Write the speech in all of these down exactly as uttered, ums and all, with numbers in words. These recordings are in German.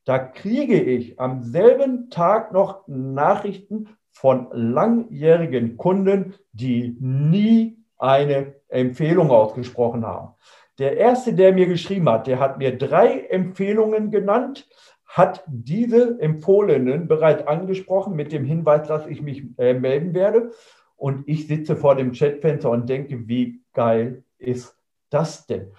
Da kriege ich am selben Tag noch Nachrichten von langjährigen Kunden, die nie eine Empfehlung ausgesprochen haben. Der erste, der mir geschrieben hat, der hat mir drei Empfehlungen genannt, hat diese Empfohlenen bereits angesprochen mit dem Hinweis, dass ich mich äh, melden werde. Und ich sitze vor dem Chatfenster und denke, wie geil ist das denn?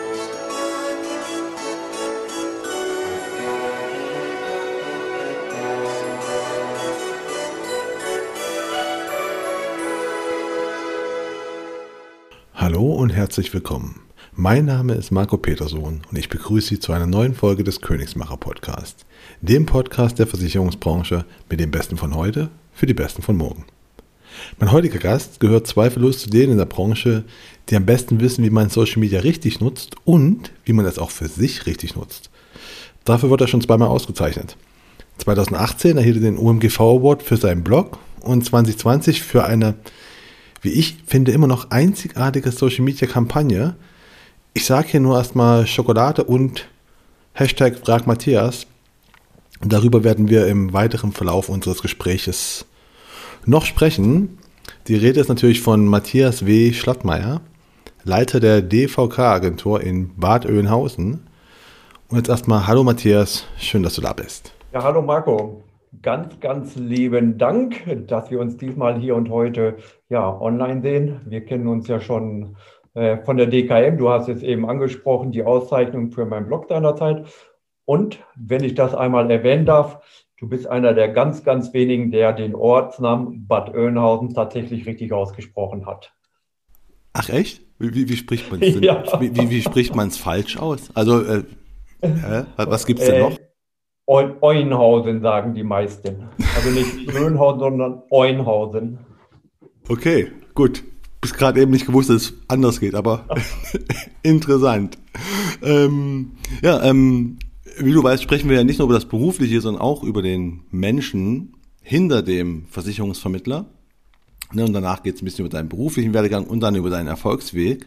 Hallo und herzlich willkommen. Mein Name ist Marco Petersohn und ich begrüße Sie zu einer neuen Folge des Königsmacher Podcast, dem Podcast der Versicherungsbranche mit dem Besten von heute für die Besten von morgen. Mein heutiger Gast gehört zweifellos zu denen in der Branche, die am besten wissen, wie man Social Media richtig nutzt und wie man es auch für sich richtig nutzt. Dafür wird er schon zweimal ausgezeichnet. zweitausendachtzehn erhielt er den O M G V Award für seinen Blog und zwanzig zwanzig für eine, wie ich finde, immer noch einzigartige Social Media Kampagne. Ich sage hier nur erstmal Schokolade und Hashtag Frag Matthias. Darüber werden wir im weiteren Verlauf unseres Gespräches noch sprechen. Die Rede ist natürlich von Matthias W. Schlattmeier, Leiter der D V K-Agentur in Bad Oeynhausen. Und jetzt erstmal, hallo Matthias, schön, dass du da bist. Ja, hallo Marco. Ganz, ganz lieben Dank, dass wir uns diesmal hier und heute ja, online sehen. Wir kennen uns ja schon äh, von der D K M. Du hast es eben angesprochen, die Auszeichnung für meinen Blog seinerzeit. Und wenn ich das einmal erwähnen darf, du bist einer der ganz, ganz wenigen, der den Ortsnamen Bad Oeynhausen tatsächlich richtig ausgesprochen hat. Ach echt? Wie, wie, wie spricht man es denn? Ja. Wie, wie, wie spricht man es falsch aus? Also, äh, äh, was gibt es denn noch? Oeynhausen sagen die meisten. Also nicht Oeynhausen, sondern Oeynhausen. Okay, gut. Bis gerade eben nicht gewusst, dass es anders geht, aber interessant. Ähm, ja, ähm, wie du weißt, sprechen wir ja nicht nur über das Berufliche, sondern auch über den Menschen hinter dem Versicherungsvermittler. Und danach geht es ein bisschen über deinen beruflichen Werdegang und dann über deinen Erfolgsweg.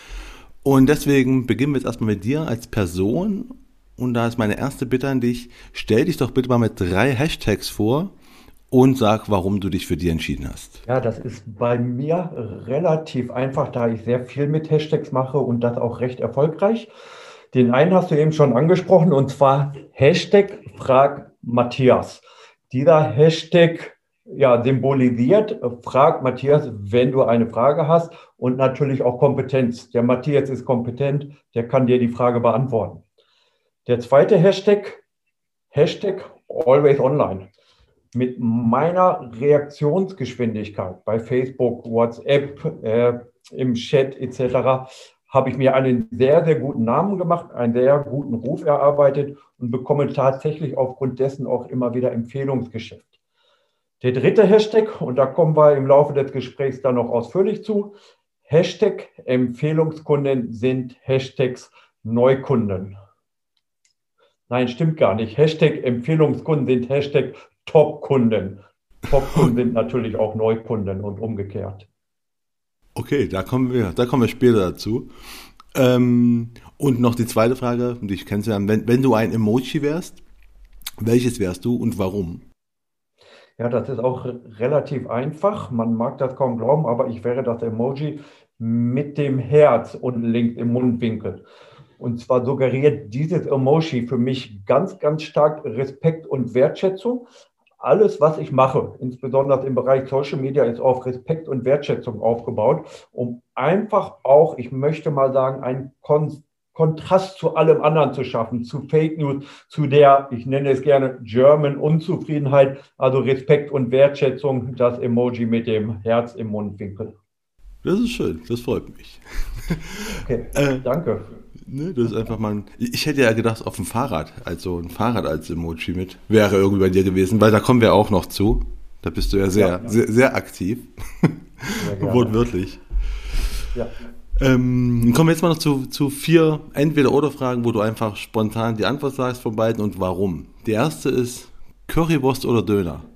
Und deswegen beginnen wir jetzt erstmal mit dir als Person. Und da ist meine erste Bitte an dich, stell dich doch bitte mal mit drei Hashtags vor und sag, warum du dich für die entschieden hast. Ja, das ist bei mir relativ einfach, da ich sehr viel mit Hashtags mache und das auch recht erfolgreich. Den einen hast du eben schon angesprochen, und zwar Hashtag Frag Matthias. Dieser Hashtag ja, symbolisiert, Frag Matthias, wenn du eine Frage hast, und natürlich auch Kompetenz. Der Matthias ist kompetent, der kann dir die Frage beantworten. Der zweite Hashtag, Hashtag Always Online. Mit meiner Reaktionsgeschwindigkeit bei Facebook, WhatsApp, äh, im Chat et cetera habe ich mir einen sehr, sehr guten Namen gemacht, einen sehr guten Ruf erarbeitet und bekomme tatsächlich aufgrund dessen auch immer wieder Empfehlungsgeschäft. Der dritte Hashtag, und da kommen wir im Laufe des Gesprächs dann noch ausführlich zu, Hashtag Empfehlungskunden sind Hashtags Neukunden. Nein, stimmt gar nicht. Hashtag Empfehlungskunden sind Hashtag Topkunden. Topkunden sind natürlich auch Neukunden und umgekehrt. Okay, da kommen wir, da kommen wir später dazu. Ähm, und noch die zweite Frage, die ich kennenzulernen, wenn, wenn du ein Emoji wärst, welches wärst du und warum? Ja, das ist auch relativ einfach. Man mag das kaum glauben, aber ich wäre das Emoji mit dem Herz unten links im Mundwinkel. Und zwar suggeriert dieses Emoji für mich ganz, ganz stark Respekt und Wertschätzung. Alles, was ich mache, insbesondere im Bereich Social Media, ist auf Respekt und Wertschätzung aufgebaut, um einfach auch, ich möchte mal sagen, einen Kon- Kontrast zu allem anderen zu schaffen, zu Fake News, zu der, ich nenne es gerne, German Unzufriedenheit, also Respekt und Wertschätzung, das Emoji mit dem Herz im Mundwinkel. Das ist schön, das freut mich. Okay, äh, danke. Ne, das ist einfach mal ein, ich hätte ja gedacht, auf dem Fahrrad, also ein Fahrrad als Emoji mit, wäre irgendwie bei dir gewesen, weil da kommen wir auch noch zu. Da bist du ja sehr, ja, ja. sehr, sehr aktiv. Sehr wortwörtlich. Ja. Ähm, kommen wir jetzt mal noch zu, zu vier Entweder-Oder-Fragen, wo du einfach spontan die Antwort sagst von beiden und warum. Die erste ist Currywurst oder Döner?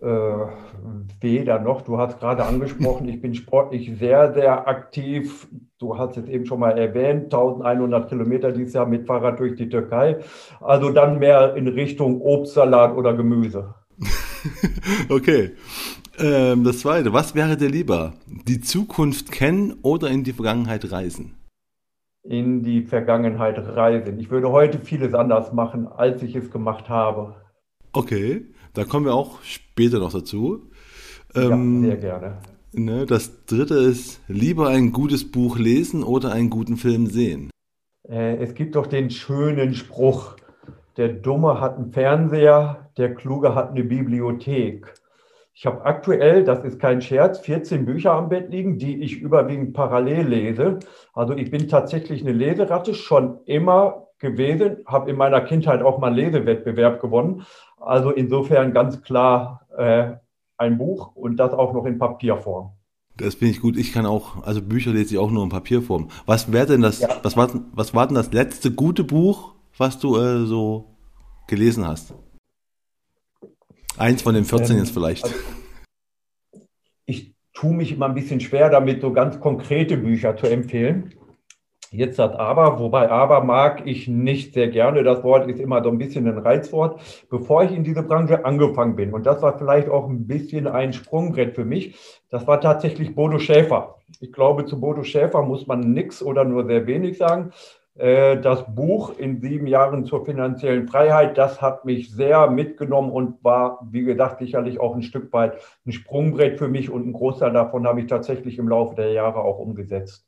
Äh, weder noch. Du hast gerade angesprochen, ich bin sportlich sehr, sehr aktiv. Du hast es eben schon mal erwähnt, eintausendeinhundert Kilometer dieses Jahr mit Fahrrad durch die Türkei. Also dann mehr in Richtung Obstsalat oder Gemüse. Okay. Ähm, das zweite, was wäre dir lieber? Die Zukunft kennen oder in die Vergangenheit reisen? In die Vergangenheit reisen. Ich würde heute vieles anders machen, als ich es gemacht habe. Okay, da kommen wir auch später noch dazu. Ja, sehr Ähm, gerne. ne, das dritte ist, lieber ein gutes Buch lesen oder einen guten Film sehen? Äh, es gibt doch den schönen Spruch, der Dumme hat einen Fernseher, der Kluge hat eine Bibliothek. Ich habe aktuell, das ist kein Scherz, vierzehn Bücher am Bett liegen, die ich überwiegend parallel lese. Also ich bin tatsächlich eine Leseratte schon immer gewesen, habe in meiner Kindheit auch mal einen Lesewettbewerb gewonnen. Also insofern ganz klar äh, ein Buch und das auch noch in Papierform. Das finde ich gut. Ich kann auch, also Bücher lese ich auch nur in Papierform. Was wäre denn das, Ja, was war, was war denn das letzte gute Buch, was du äh, so gelesen hast? Eins von den vierzehn jetzt ähm, vielleicht. also ich tue mich immer ein bisschen schwer damit, so ganz konkrete Bücher zu empfehlen. Jetzt das Aber, wobei Aber mag ich nicht sehr gerne. Das Wort ist immer so ein bisschen ein Reizwort, bevor ich in diese Branche angefangen bin. Und das war vielleicht auch ein bisschen ein Sprungbrett für mich. Das war tatsächlich Bodo Schäfer. Ich glaube, zu Bodo Schäfer muss man nichts oder nur sehr wenig sagen. Äh, Das Buch in sieben Jahren zur finanziellen Freiheit, das hat mich sehr mitgenommen und war, wie gesagt, sicherlich auch ein Stück weit ein Sprungbrett für mich. Und einen Großteil davon habe ich tatsächlich im Laufe der Jahre auch umgesetzt.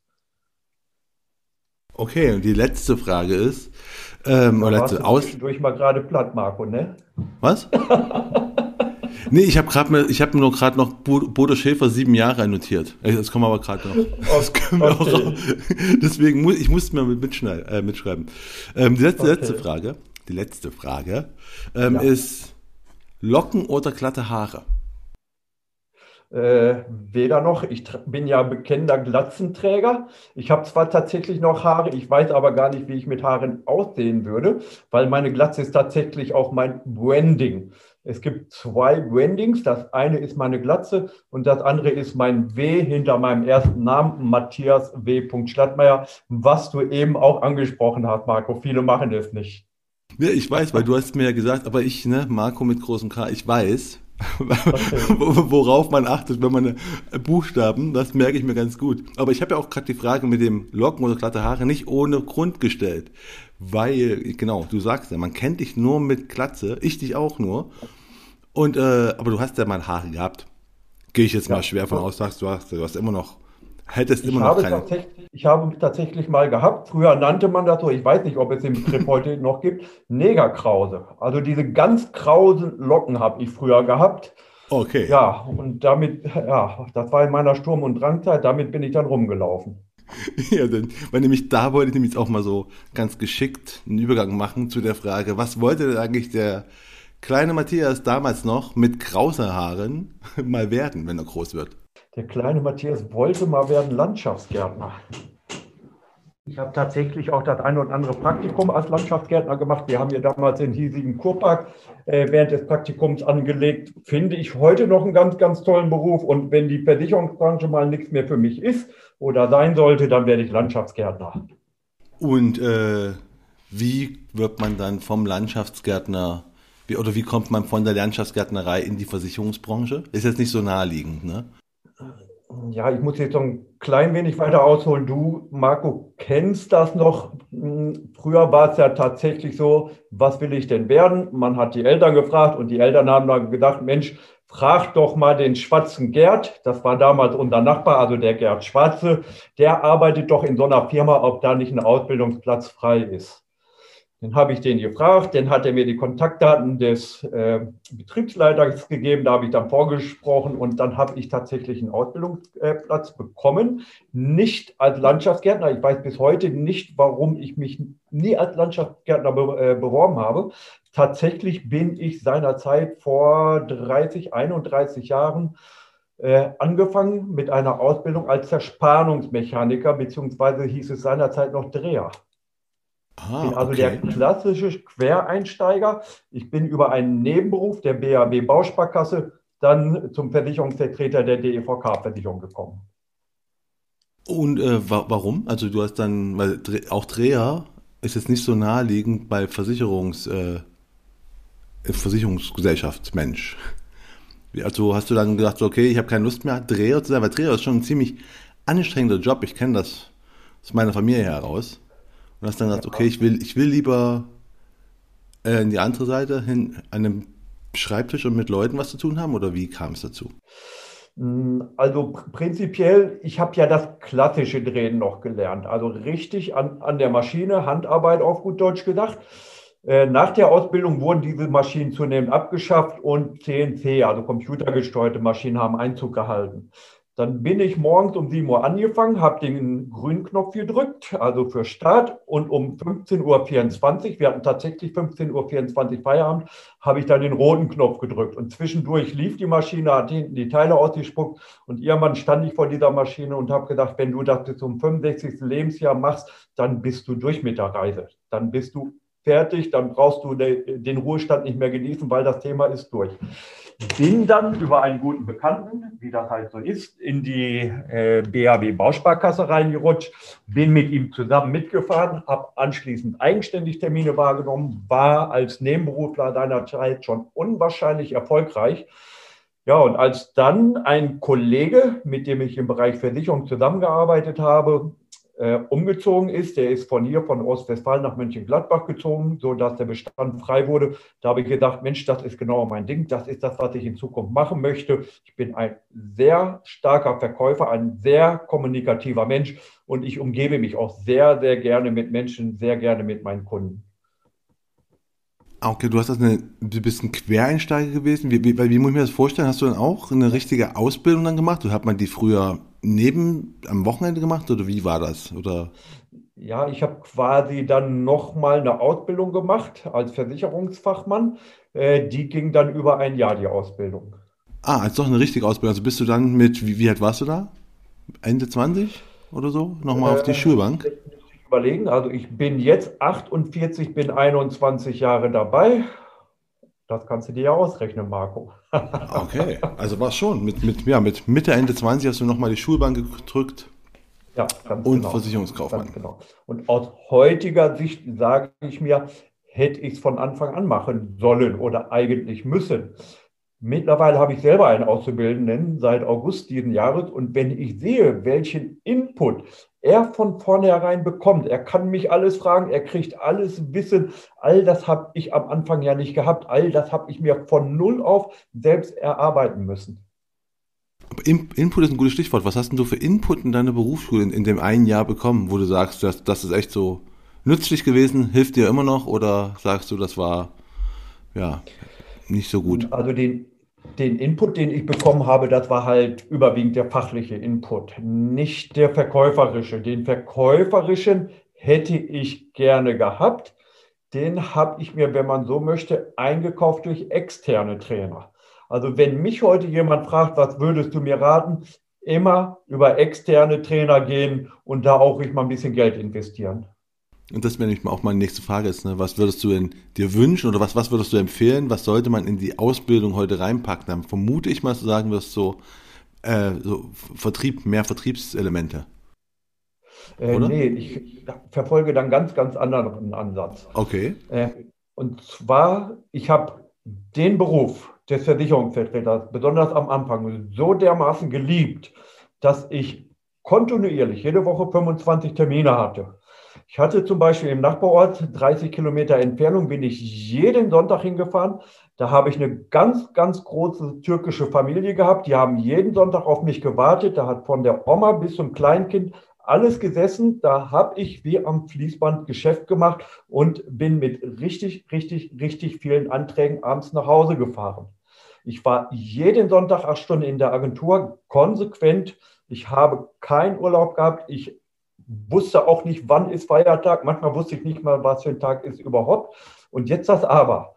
Okay, und die letzte Frage ist, ähm, Da oder warst letzte du Aus, zwischendurch mal gerade platt, Marco, ne? was? Nee, ich habe gerade mir, ich habe mir nur gerade noch Bo- Bodo Schäfer sieben Jahre notiert. Äh, Das kommen wir aber gerade noch. Das können wir auch. Okay, Deswegen muss ich musste mir mit mitschneiden, äh, mitschreiben. Ähm, die letzte, letzte okay. Frage, die letzte Frage ähm, Ja. ist Locken oder glatte Haare? Äh, weder noch. Ich tra- bin ja bekennender Glatzenträger. Ich habe zwar tatsächlich noch Haare, ich weiß aber gar nicht, wie ich mit Haaren aussehen würde, weil meine Glatze ist tatsächlich auch mein Branding. Es gibt zwei Brandings. Das eine ist meine Glatze und das andere ist mein W hinter meinem ersten Namen, Matthias W. Schlattmeier, was du eben auch angesprochen hast, Marco. Viele machen das nicht. Ja, ich weiß, weil du hast mir ja gesagt, aber ich, ne, Marco mit großem K, ich weiß, Okay. worauf man achtet, wenn man äh, Buchstaben, das merke ich mir ganz gut. Aber ich habe ja auch gerade die Frage mit dem Locken oder glatte Haare nicht ohne Grund gestellt. Weil, genau, du sagst ja, man kennt dich nur mit Glatze, ich dich auch nur. Und, äh, aber du hast ja mal Haare gehabt. Gehe ich jetzt mal Ja. schwer von aus, sagst du hast, du hast immer noch, hättest Ich immer noch habe keine. tatsächlich, ich habe tatsächlich mal gehabt, früher nannte man das so, ich weiß nicht, ob es den Begriff heute noch gibt, Negerkrause. Also diese ganz krausen Locken habe ich früher gehabt. Okay. Ja, und damit, ja, das war in meiner Sturm- und Drangzeit, damit bin ich dann rumgelaufen. Ja, denn, weil nämlich da wollte ich nämlich auch mal so ganz geschickt einen Übergang machen zu der Frage, was wollte denn eigentlich der kleine Matthias damals noch mit krauser Haaren mal werden, wenn er groß wird? Der kleine Matthias wollte mal werden Landschaftsgärtner. Ich habe tatsächlich auch das eine oder andere Praktikum als Landschaftsgärtner gemacht. Wir haben hier damals den hiesigen Kurpark äh, während des Praktikums angelegt. Finde ich heute noch einen ganz, ganz tollen Beruf. Und wenn die Versicherungsbranche mal nichts mehr für mich ist oder sein sollte, dann werde ich Landschaftsgärtner. Und äh, wie wird man dann vom Landschaftsgärtner, wie, oder wie kommt man von der Landschaftsgärtnerei in die Versicherungsbranche? Ist jetzt nicht so naheliegend, ne? Ja, ich muss jetzt so ein klein wenig weiter ausholen. Du, Marco, kennst das noch? Hm, Früher war es ja tatsächlich so, was will ich denn werden? Man hat die Eltern gefragt und die Eltern haben dann gedacht, Mensch, frag doch mal den schwarzen Gerd. Das war damals unser Nachbar, also der Gerd Schwarze. Der arbeitet doch in so einer Firma, ob da nicht ein Ausbildungsplatz frei ist. Dann habe ich den gefragt, dann hat er mir die Kontaktdaten des äh, Betriebsleiters gegeben, da habe ich dann vorgesprochen und dann habe ich tatsächlich einen Ausbildungsplatz bekommen. Nicht als Landschaftsgärtner, ich weiß bis heute nicht, warum ich mich nie als Landschaftsgärtner be äh, beworben habe. Tatsächlich bin ich seinerzeit vor dreißig, einunddreißig Jahren äh, angefangen mit einer Ausbildung als Zerspannungsmechaniker, beziehungsweise hieß es seinerzeit noch Dreher. Ah, Bin also der okay. klassische Quereinsteiger. Ich bin über einen Nebenberuf der B A W Bausparkasse dann zum Versicherungsvertreter der D E V K-Versicherung gekommen. Und äh, wa warum? Also du hast dann, weil Dre- auch Dreher ist jetzt nicht so naheliegend bei Versicherungs, äh, Versicherungsgesellschaft, Mensch. Wie- Also hast du dann gedacht, so, okay, ich habe keine Lust mehr, Dreher zu sein, weil Dreher ist schon ein ziemlich anstrengender Job. Ich kenne das aus meiner Familie heraus. Und hast dann gesagt, okay, Ja. ich will, ich will lieber äh, in die andere Seite hin, an einem Schreibtisch und mit Leuten was zu tun haben, oder wie kam es dazu? Also pr- prinzipiell, ich habe ja das klassische Drehen noch gelernt, also richtig an, an der Maschine, Handarbeit auf gut Deutsch gesagt. Äh, Nach der Ausbildung wurden diese Maschinen zunehmend abgeschafft und C N C, also computergesteuerte Maschinen, haben Einzug gehalten. Dann bin ich morgens um sieben Uhr angefangen, habe den grünen Knopf gedrückt, also für Start, und um fünfzehn Uhr vierundzwanzig, wir hatten tatsächlich fünfzehn Uhr vierundzwanzig Feierabend, habe ich dann den roten Knopf gedrückt. Und zwischendurch lief die Maschine, hat hinten die Teile ausgespuckt, und irgendwann stand ich vor dieser Maschine und habe gedacht, wenn du das bis zum fünfundsechzigsten Lebensjahr machst, dann bist du durch mit der Reise. Dann bist du fertig, dann brauchst du den Ruhestand nicht mehr genießen, weil das Thema ist durch. Bin dann über einen guten Bekannten, wie das halt so ist, in die äh, B H W Bausparkasse reingerutscht, bin mit ihm zusammen mitgefahren, habe anschließend eigenständig Termine wahrgenommen, war als Nebenberufler seiner Zeit schon unwahrscheinlich erfolgreich. Ja, und als dann ein Kollege, mit dem ich im Bereich Versicherung zusammengearbeitet habe, äh, umgezogen ist, der ist von hier, von Ostwestfalen nach Mönchengladbach gezogen, sodass der Bestand frei wurde. Da habe ich gedacht, Mensch, das ist genau mein Ding, das ist das, was ich in Zukunft machen möchte. Ich bin ein sehr starker Verkäufer, ein sehr kommunikativer Mensch, und ich umgebe mich auch sehr, sehr gerne mit Menschen, sehr gerne mit meinen Kunden. Ah, okay, du hast das eine, du bist ein Quereinsteiger gewesen. Wie, wie, weil wie muss ich mir das vorstellen? Hast du dann auch eine richtige Ausbildung dann gemacht? Oder hat man die früher neben am Wochenende gemacht oder wie war das? Oder Ja, ich habe quasi dann nochmal eine Ausbildung gemacht als Versicherungsfachmann. Äh, die ging dann über ein Jahr, die Ausbildung. ah, als doch eine richtige Ausbildung. Also bist du dann mit, wie, wie alt warst du da? Ende zwanzig oder so? Nochmal auf die Äh, Schulbank? Jetzt muss ich überlegen, also ich bin jetzt achtundvierzig, bin einundzwanzig Jahre dabei. Das kannst du dir ja ausrechnen, Marco. Okay, also war schon. Mit, mit, ja, mit Mitte, Ende zwanzig hast du nochmal die Schulbank gedrückt Ja, ganz und genau. Versicherungskaufmann. Ganz genau. Und aus heutiger Sicht sage ich mir, hätte ich es von Anfang an machen sollen oder eigentlich müssen. Mittlerweile habe ich selber einen Auszubildenden seit August diesen Jahres, und wenn ich sehe, welchen Input er von vornherein bekommt, er kann mich alles fragen, er kriegt alles Wissen, all das habe ich am Anfang ja nicht gehabt, all das habe ich mir von null auf selbst erarbeiten müssen. Aber In- Input ist ein gutes Stichwort. Was hast denn du für Input in deiner Berufsschule in, in dem einen Jahr bekommen, wo du sagst, das, das ist echt so nützlich gewesen, hilft dir immer noch, oder sagst du, das war ja nicht so gut? Also den, den Input, den ich bekommen habe, das war halt überwiegend der fachliche Input, nicht der verkäuferische. Den verkäuferischen hätte ich gerne gehabt. Den habe ich mir, wenn man so möchte, eingekauft durch externe Trainer. Also wenn mich heute jemand fragt, was würdest du mir raten, immer über externe Trainer gehen und da auch ruhig mal ein bisschen Geld investieren. Und das wäre nämlich mal auch meine nächste Frage ist, ne? Was würdest du denn dir wünschen oder was, was würdest du empfehlen? Was sollte man in die Ausbildung heute reinpacken? Dann vermute ich mal, dass du sagen wirst, so, äh, so Vertrieb, mehr Vertriebselemente, Äh, oder? nee, ich verfolge dann ganz, ganz anderen Ansatz. Okay. Äh, und zwar, ich habe den Beruf des Versicherungsvertreters, besonders am Anfang, so dermaßen geliebt, dass ich kontinuierlich jede Woche fünfundzwanzig Termine hatte. Ich hatte zum Beispiel im Nachbarort, dreißig Kilometer Entfernung, bin ich jeden Sonntag hingefahren. Da habe ich eine ganz, ganz große türkische Familie gehabt. Die haben jeden Sonntag auf mich gewartet. Da hat von der Oma bis zum Kleinkind alles gesessen. Da habe ich wie am Fließband Geschäft gemacht und bin mit richtig, richtig, richtig vielen Anträgen abends nach Hause gefahren. Ich war jeden Sonntag acht Stunden in der Agentur, konsequent. Ich habe keinen Urlaub gehabt. Ich wusste auch nicht, wann ist Feiertag. Manchmal wusste ich nicht mal, was für ein Tag ist überhaupt. Und jetzt das Aber.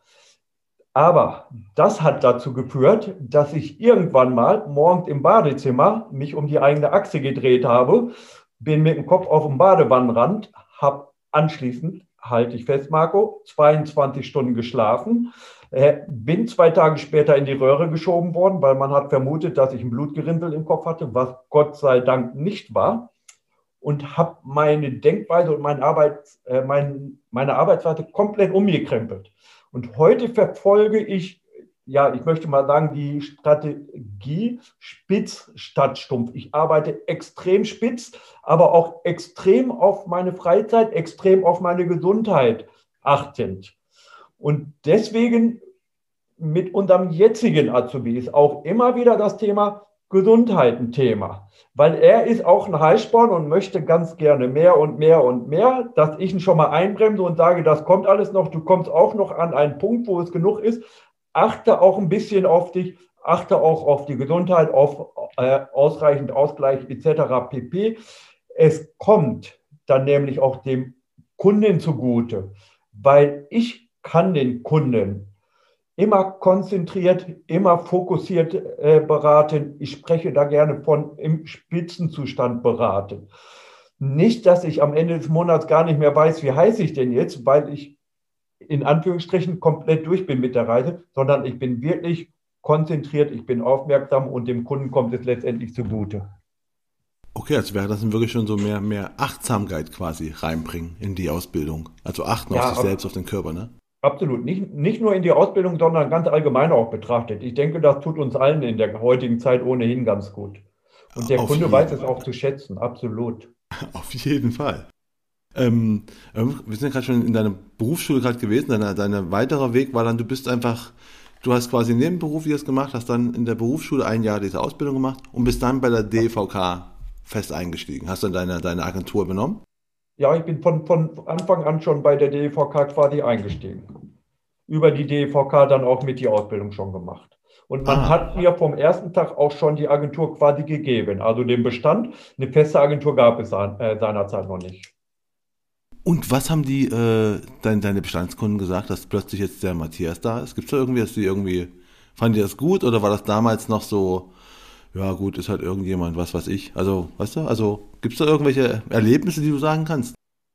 Aber das hat dazu geführt, dass ich irgendwann mal morgens im Badezimmer mich um die eigene Achse gedreht habe, bin mit dem Kopf auf dem Badewannenrand, habe anschließend, halte ich fest, Marco, zweiundzwanzig Stunden geschlafen, Äh, bin zwei Tage später in die Röhre geschoben worden, weil man hat vermutet, dass ich ein Blutgerinnsel im Kopf hatte, was Gott sei Dank nicht war. Und habe meine Denkweise und meine, Arbeits, äh, mein, meine Arbeitsweise komplett umgekrempelt. Und heute verfolge ich, ja, ich möchte mal sagen, die Strategie spitz statt stumpf. Ich arbeite extrem spitz, aber auch extrem auf meine Freizeit, extrem auf meine Gesundheit achtend. Und deswegen mit unserem jetzigen Azubi ist auch immer wieder das Thema Gesundheit ein Thema. Weil er ist auch ein Heißsporn und möchte ganz gerne mehr und mehr und mehr, dass ich ihn schon mal einbremse und sage, das kommt alles noch, du kommst auch noch an einen Punkt, wo es genug ist. Achte auch ein bisschen auf dich, achte auch auf die Gesundheit, auf äh, ausreichend Ausgleich et cetera pp. Es kommt dann nämlich auch dem Kunden zugute, weil ich kann den Kunden immer konzentriert, immer fokussiert äh, beraten. Ich spreche da gerne von im Spitzenzustand beraten. Nicht, dass ich am Ende des Monats gar nicht mehr weiß, wie heiß ich denn jetzt, weil ich in Anführungsstrichen komplett durch bin mit der Reise, sondern ich bin wirklich konzentriert, ich bin aufmerksam und dem Kunden kommt es letztendlich zugute. Okay, also wäre das dann wirklich schon so mehr, mehr Achtsamkeit quasi reinbringen in die Ausbildung. Also achten auf Ja, sich selbst, auf den Körper, ne? absolut. Nicht, nicht nur in die Ausbildung, sondern ganz allgemein auch betrachtet. Ich denke, das tut uns allen in der heutigen Zeit ohnehin ganz gut. Und der Auf Kunde jeden weiß es Fall. auch zu schätzen, absolut. Auf jeden Fall. Ähm, ähm, wir sind ja gerade schon in deiner Berufsschule gerade gewesen. Dein, dein weiterer Weg war dann, du bist einfach, du hast quasi nebenberuflich das gemacht, hast dann in der Berufsschule ein Jahr diese Ausbildung gemacht und bist dann bei der D E V K fest eingestiegen. Hast dann deine, deine Agentur übernommen? Ja, ich bin von, von Anfang an schon bei der D E V K quasi eingestiegen. Über die D E V K dann auch mit die Ausbildung schon gemacht. Und man Ah, hat mir vom ersten Tag auch schon die Agentur quasi gegeben, also den Bestand. Eine feste Agentur gab es sein- äh, seinerzeit noch nicht. und was haben die, äh, dein, deine Bestandskunden gesagt, dass plötzlich jetzt der Matthias da ist? Gibt es da irgendwie, dass die irgendwie, fanden die das gut oder war das damals noch so, ja gut, ist halt irgendjemand, was weiß ich? Also, weißt du, also gibt es da irgendwelche Erlebnisse, die du sagen kannst?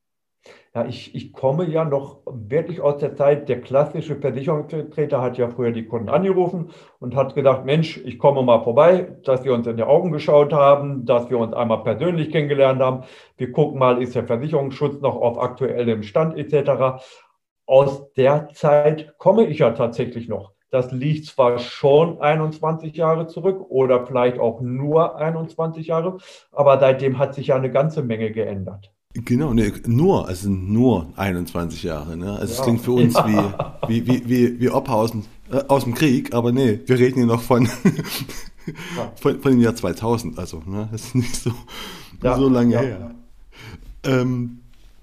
Ja, ich, ich komme ja noch wirklich aus der Zeit, der klassische Versicherungsvertreter hat ja früher die Kunden angerufen und hat gesagt, Mensch, ich komme mal vorbei, dass wir uns in die Augen geschaut haben, dass wir uns einmal persönlich kennengelernt haben. Wir gucken mal, ist der Versicherungsschutz noch auf aktuellem Stand et cetera. Aus der Zeit komme ich ja tatsächlich noch. Das liegt zwar schon einundzwanzig Jahre zurück oder vielleicht auch nur einundzwanzig Jahre, aber seitdem hat sich ja eine ganze Menge geändert. Genau, nee, nur, es sind nur einundzwanzig Jahre, ne? Also es Ja, klingt für uns wie, ja. wie, wie, wie, wie Opa aus dem, äh, aus dem Krieg, aber nee, wir reden hier noch von, Ja, von, von dem Jahr zweitausend, also, ne? Das ist nicht so, so ja, lange ja. her. Ähm,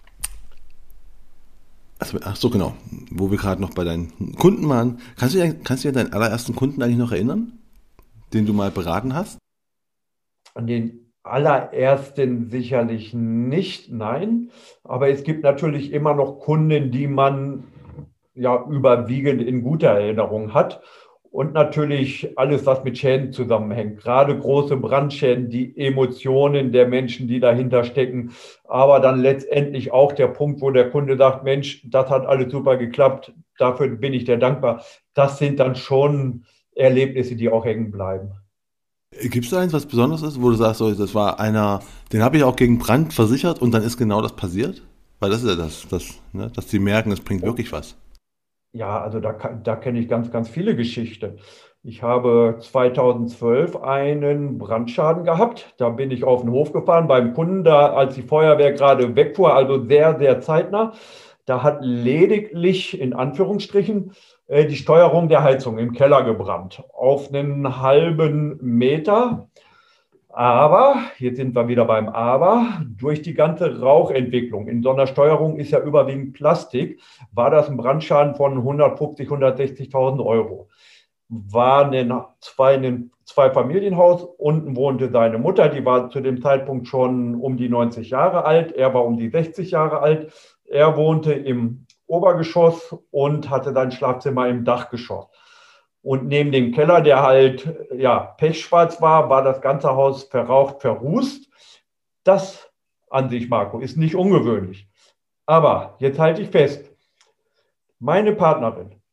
also, ach so, genau, wo wir gerade noch bei deinen Kunden waren. Kannst du dich, kannst du dich an deinen allerersten Kunden eigentlich noch erinnern, den du mal beraten hast? An den allerersten sicherlich nicht, nein. Aber es gibt natürlich immer noch Kunden, die man ja überwiegend in guter Erinnerung hat. Und natürlich alles, was mit Schäden zusammenhängt. Gerade große Brandschäden, die Emotionen der Menschen, die dahinter stecken. Aber dann letztendlich auch der Punkt, wo der Kunde sagt, Mensch, das hat alles super geklappt. Dafür bin ich dir dankbar. Das sind dann schon Erlebnisse, die auch hängen bleiben. Gibt es da eins, was besonders ist, wo du sagst, so, das war einer, den habe ich auch gegen Brand versichert und dann ist genau das passiert? Weil das ist ja das, das, ne, dass die merken, es bringt Oh, wirklich was. ja, also da, kann- da kenne ich ganz, ganz viele Geschichten. Ich habe zweitausendzwölf einen Brandschaden gehabt. Da bin ich auf den Hof gefahren beim Kunden, da, als die Feuerwehr gerade wegfuhr, also sehr, sehr zeitnah. Da hat lediglich in Anführungsstrichen äh, die Steuerung der Heizung im Keller gebrannt. Auf einen halben Meter. Aber, jetzt sind wir wieder beim Aber, durch die ganze Rauchentwicklung, in so einer Steuerung ist ja überwiegend Plastik, war das ein Brandschaden von hundertfünfzig, hundertsechzigtausend Euro. War ein zwei, ein Zwei-Familienhaus, unten wohnte seine Mutter, die war zu dem Zeitpunkt schon um die neunzig Jahre alt, er war um die sechzig Jahre alt, er wohnte im Obergeschoss und hatte sein Schlafzimmer im Dachgeschoss. Und neben dem Keller, der halt ja, pechschwarz war, war das ganze Haus verraucht, verrußt. Das an sich, Marco, ist nicht ungewöhnlich. Aber jetzt halte ich fest, meine Partnerin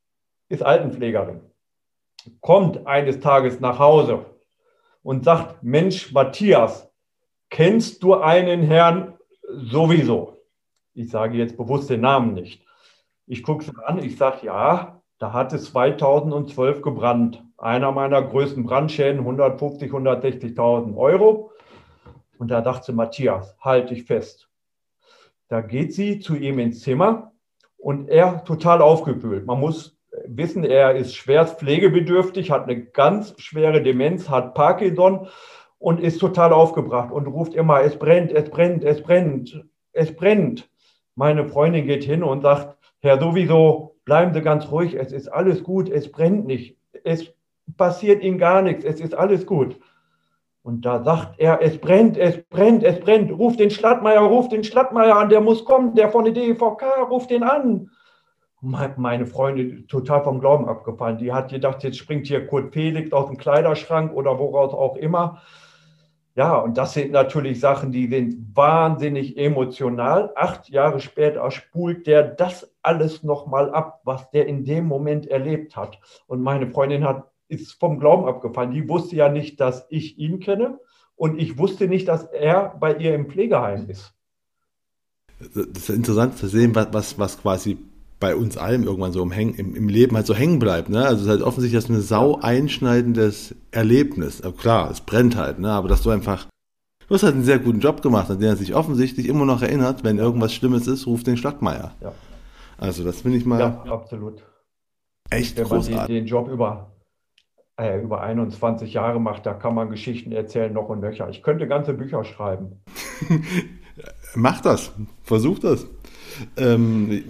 ist Altenpflegerin, kommt eines Tages nach Hause und sagt, Mensch, Matthias, kennst du einen Herrn sowieso? Ich sage jetzt bewusst den Namen nicht. Ich gucke sie an, ich sage, ja, da hat es zweitausendzwölf gebrannt. Einer meiner größten Brandschäden, hundertfünfzig, hundertsechzigtausend Euro. Und da dachte Matthias, halt dich fest. Da geht sie zu ihm ins Zimmer und er total aufgewühlt. Man muss wissen, er ist schwerst pflegebedürftig, hat eine ganz schwere Demenz, hat Parkinson und ist total aufgebracht und ruft immer, es brennt, es brennt, es brennt, es brennt. Meine Freundin geht hin und sagt, Herr sowieso, bleiben Sie ganz ruhig, es ist alles gut, es brennt nicht, es passiert Ihnen gar nichts, es ist alles gut. Und da sagt er, es brennt, es brennt, es brennt, ruf den Schlattmeier, ruf den Schlattmeier an, der muss kommen, der von der D E V K, ruf den an. Meine Freundin total vom Glauben abgefallen. Die hat gedacht, jetzt springt hier Kurt Felix aus dem Kleiderschrank oder woraus auch immer. Ja, und das sind natürlich Sachen, die sind wahnsinnig emotional. Acht Jahre später spult der das alles nochmal ab, was der in dem Moment erlebt hat. Und meine Freundin hat, ist vom Glauben abgefallen. Die wusste ja nicht, dass ich ihn kenne und ich wusste nicht, dass er bei ihr im Pflegeheim ist. Das ist interessant zu sehen, was, was, was quasi bei uns allen irgendwann so im, Häng, im, im Leben halt so hängen bleibt. Ne? Also es ist halt offensichtlich das ein sau einschneidendes Erlebnis. Aber klar, es brennt halt, ne? Aber dass du einfach, du hast halt einen sehr guten Job gemacht, an den er sich offensichtlich immer noch erinnert, wenn irgendwas Schlimmes ist, ruft den Schlattmeier. Ja. Also das finde ich mal ja, absolut. Echt wenn großartig. man den, den Job über, äh, über einundzwanzig Jahre macht, da kann man Geschichten erzählen, noch und nöcher. Ich könnte ganze Bücher schreiben. Mach das, versuch das. Ähm,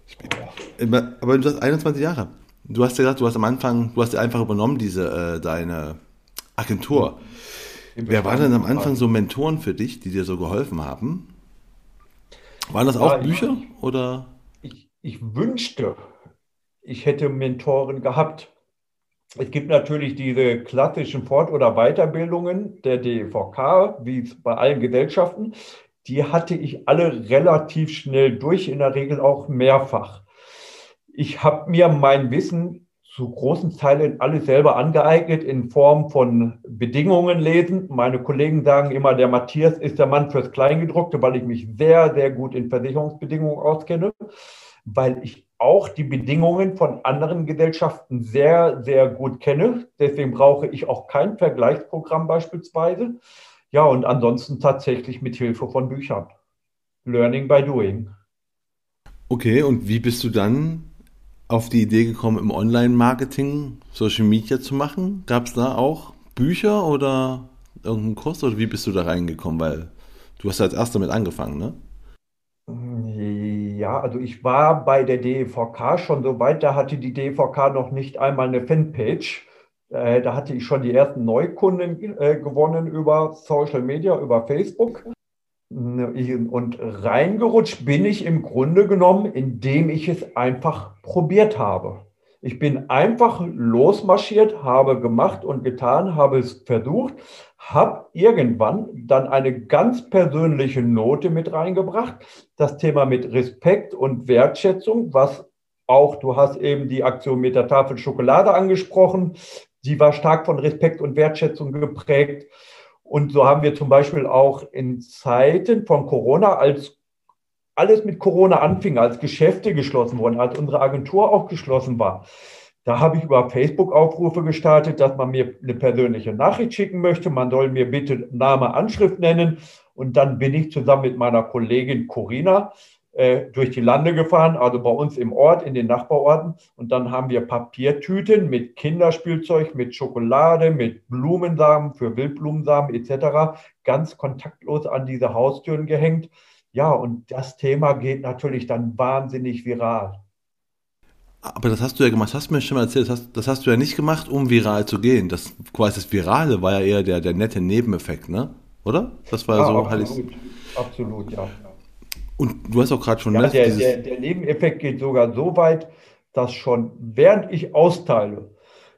aber du hast einundzwanzig Jahre. Du hast ja gesagt, du hast am Anfang, du hast ja einfach übernommen, diese, äh, deine Agentur. Wer waren denn am Anfang so Mentoren für dich, die dir so geholfen haben? Waren das auch ja, Bücher ich, oder? Ich, ich wünschte, ich hätte Mentoren gehabt. Es gibt natürlich diese klassischen Fort- oder Weiterbildungen der D E V K, wie es bei allen Gesellschaften. Die hatte ich alle relativ schnell durch, in der Regel auch mehrfach. Ich habe mir mein Wissen zu großen Teilen alles selber angeeignet in Form von Bedingungen lesen. Meine Kollegen sagen immer, der Matthias ist der Mann fürs Kleingedruckte, weil ich mich sehr, sehr gut in Versicherungsbedingungen auskenne, weil ich auch die Bedingungen von anderen Gesellschaften sehr, sehr gut kenne. Deswegen brauche ich auch kein Vergleichsprogramm beispielsweise. Ja, und ansonsten tatsächlich mit Hilfe von Büchern. Learning by doing. Okay, und wie bist du dann auf die Idee gekommen, im Online-Marketing Social Media zu machen? Gab es da auch Bücher oder irgendeinen Kurs oder wie bist du da reingekommen? Weil du hast ja als erster damit angefangen, ne? Ja, also ich war bei der D E V K schon so weit, da hatte die D E V K noch nicht einmal eine Fanpage. Äh, da hatte ich schon die ersten Neukunden äh, gewonnen über Social Media, über Facebook. Und reingerutscht bin ich im Grunde genommen, indem ich es einfach probiert habe. Ich bin einfach losmarschiert, habe gemacht und getan, habe es versucht, habe irgendwann dann eine ganz persönliche Note mit reingebracht. Das Thema mit Respekt und Wertschätzung, was auch, du hast eben die Aktion mit der Tafel Schokolade angesprochen, die war stark von Respekt und Wertschätzung geprägt. Und so haben wir zum Beispiel auch in Zeiten von Corona, als alles mit Corona anfing, als Geschäfte geschlossen wurden, als unsere Agentur auch geschlossen war, da habe ich über Facebook Aufrufe gestartet, dass man mir eine persönliche Nachricht schicken möchte. Man soll mir bitte Name, Anschrift nennen. Und dann bin ich zusammen mit meiner Kollegin Corinna äh, durch die Lande gefahren, also bei uns im Ort, in den Nachbarorten. Und dann haben wir Papiertüten mit Kinderspielzeug, mit Schokolade, mit Blumensamen für Wildblumensamen et cetera ganz kontaktlos an diese Haustüren gehängt. Ja, und das Thema geht natürlich dann wahnsinnig viral. Aber das hast du ja gemacht, das hast du mir schon mal erzählt, das hast, das hast du ja nicht gemacht, um viral zu gehen. Das quasi das Virale war ja eher der, der nette Nebeneffekt, ne? Oder? Das war ja, so. Absolut, halt absolut, ja. Und du hast auch gerade schon... Ja, ne, der, der, der Nebeneffekt geht sogar so weit, dass schon während ich austeile,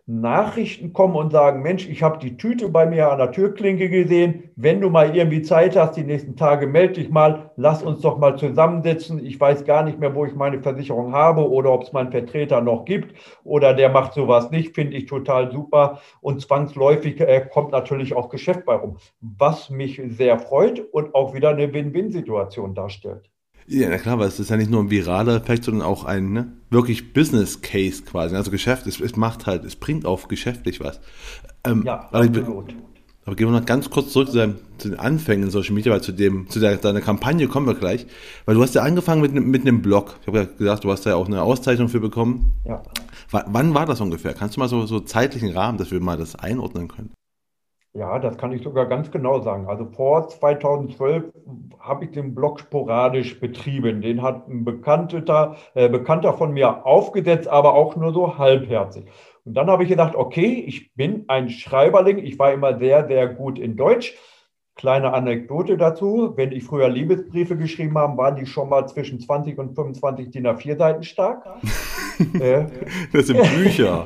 Nachrichten kommen und sagen, Mensch, ich habe die Tüte bei mir an der Türklinke gesehen, wenn du mal irgendwie Zeit hast, die nächsten Tage melde dich mal, lass uns doch mal zusammensetzen, ich weiß gar nicht mehr, wo ich meine Versicherung habe oder ob es meinen Vertreter noch gibt oder der macht sowas nicht, finde ich total super und zwangsläufig äh, kommt natürlich auch Geschäft bei rum, was mich sehr freut und auch wieder eine Win-Win-Situation darstellt. Ja, na klar, weil es ist ja nicht nur ein viraler Effekt, sondern auch ein ne, wirklich Business Case quasi. Also Geschäft, es, es macht halt, es bringt auch geschäftlich was. Ähm, Ja, aber, absolut. aber gehen wir noch ganz kurz zurück zu, deinem, zu den Anfängen in Social Media, weil zu dem, zu der, deiner Kampagne kommen wir gleich. Weil du hast ja angefangen mit, mit einem Blog. Ich habe ja gesagt, du hast da ja auch eine Auszeichnung für bekommen. Ja. W- wann war das ungefähr? Kannst du mal so, so zeitlichen Rahmen, dass wir mal das einordnen können? Ja, das kann ich sogar ganz genau sagen. Also vor zweitausendzwölf habe ich den Blog sporadisch betrieben. Den hat ein Bekannter, äh, Bekannter von mir aufgesetzt, aber auch nur so halbherzig. Und dann habe ich gedacht, okay, ich bin ein Schreiberling. Ich war immer sehr, sehr gut in Deutsch. Kleine Anekdote dazu. Wenn ich früher Liebesbriefe geschrieben habe, waren die schon mal zwischen zwanzig und fünfundzwanzig D I N A vier Seiten stark. äh, Das sind Bücher.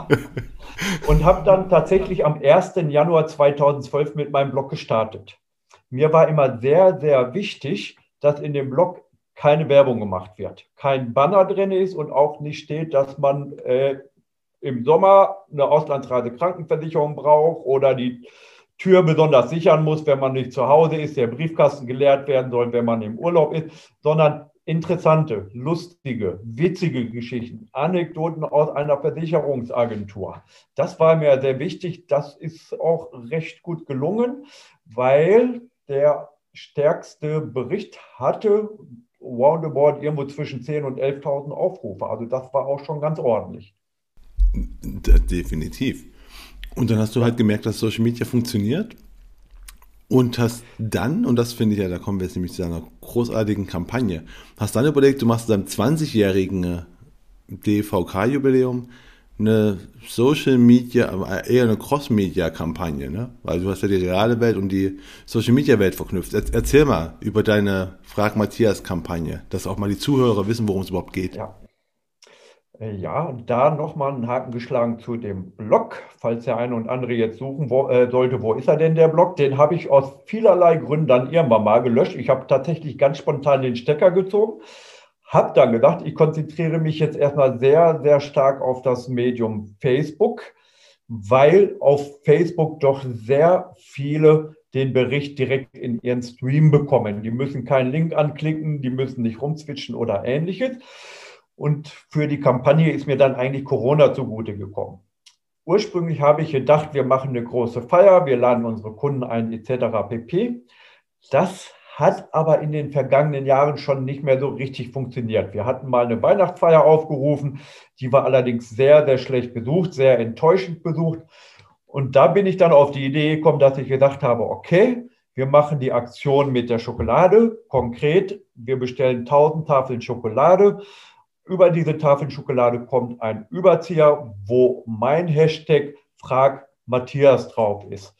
Und habe dann tatsächlich am ersten Januar zweitausendzwölf mit meinem Blog gestartet. Mir war immer sehr, sehr wichtig, dass in dem Blog keine Werbung gemacht wird, kein Banner drin ist und auch nicht steht, dass man äh, im Sommer eine Auslandsreisekrankenversicherung braucht oder die Tür besonders sichern muss, wenn man nicht zu Hause ist, der Briefkasten geleert werden soll, wenn man im Urlaub ist, sondern interessante, lustige, witzige Geschichten, Anekdoten aus einer Versicherungsagentur. Das war mir sehr wichtig. Das ist auch recht gut gelungen, weil der stärkste Bericht hatte roundabout irgendwo zwischen zehntausend und elftausend Aufrufe. Also das war auch schon ganz ordentlich. D- Definitiv. Und dann hast du halt gemerkt, dass Social Media funktioniert und hast dann, und das finde ich ja, da kommen wir jetzt nämlich zu einer großartigen Kampagne, hast dann überlegt, du machst zu deinem zwanzigjährigen D V K-Jubiläum eine Social Media, aber eher eine Cross-Media-Kampagne, ne? Weil du hast ja die reale Welt und die Social Media Welt verknüpft. Er- Erzähl mal über deine Frag Matthias-Kampagne, dass auch mal die Zuhörer wissen, worum es überhaupt geht. Ja. Ja, und da nochmal einen Haken geschlagen zu dem Blog, falls der eine und andere jetzt suchen wo, äh, sollte, wo ist er denn, der Blog? Den habe ich aus vielerlei Gründen dann irgendwann mal gelöscht. Ich habe tatsächlich ganz spontan den Stecker gezogen, habe dann gedacht, ich konzentriere mich jetzt erstmal sehr, sehr stark auf das Medium Facebook, weil auf Facebook doch sehr viele den Bericht direkt in ihren Stream bekommen. Die müssen keinen Link anklicken, die müssen nicht rumswitchen oder ähnliches. Und für die Kampagne ist mir dann eigentlich Corona zugute gekommen. Ursprünglich habe ich gedacht, wir machen eine große Feier, wir laden unsere Kunden ein, et cetera pp. Das hat aber in den vergangenen Jahren schon nicht mehr so richtig funktioniert. Wir hatten mal eine Weihnachtsfeier aufgerufen, die war allerdings sehr, sehr schlecht besucht, sehr enttäuschend besucht. Und da bin ich dann auf die Idee gekommen, dass ich gedacht habe, okay, wir machen die Aktion mit der Schokolade. Konkret, wir bestellen tausend Tafeln Schokolade. Über diese Tafel Schokolade kommt ein Überzieher, wo mein Hashtag Frag Matthias drauf ist.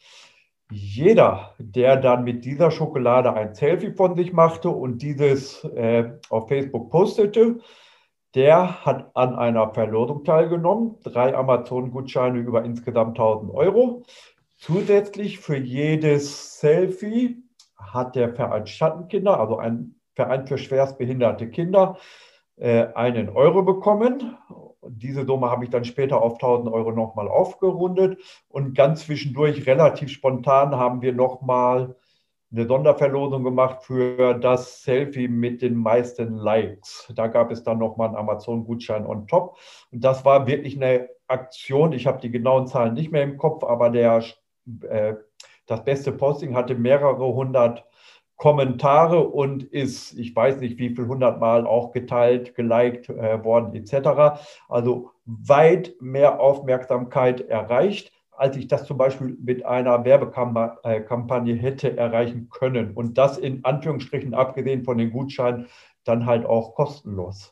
Jeder, der dann mit dieser Schokolade ein Selfie von sich machte und dieses äh, auf Facebook postete, der hat an einer Verlosung teilgenommen. Drei Amazon-Gutscheine über insgesamt tausend Euro. Zusätzlich für jedes Selfie hat der Verein Schattenkinder, also ein Verein für schwerstbehinderte Kinder, einen Euro bekommen. Diese Summe habe ich dann später auf tausend Euro nochmal aufgerundet und ganz zwischendurch, relativ spontan, haben wir nochmal eine Sonderverlosung gemacht für das Selfie mit den meisten Likes. Da gab es dann nochmal einen Amazon-Gutschein on top. Und das war wirklich eine Aktion. Ich habe die genauen Zahlen nicht mehr im Kopf, aber der, äh, das beste Posting hatte mehrere hundert Kommentare und ist, ich weiß nicht wie viel, hundertmal auch geteilt, geliked äh, worden et cetera. Also weit mehr Aufmerksamkeit erreicht, als ich das zum Beispiel mit einer Werbekampagne hätte erreichen können. Und das in Anführungsstrichen, abgesehen von den Gutscheinen, dann halt auch kostenlos.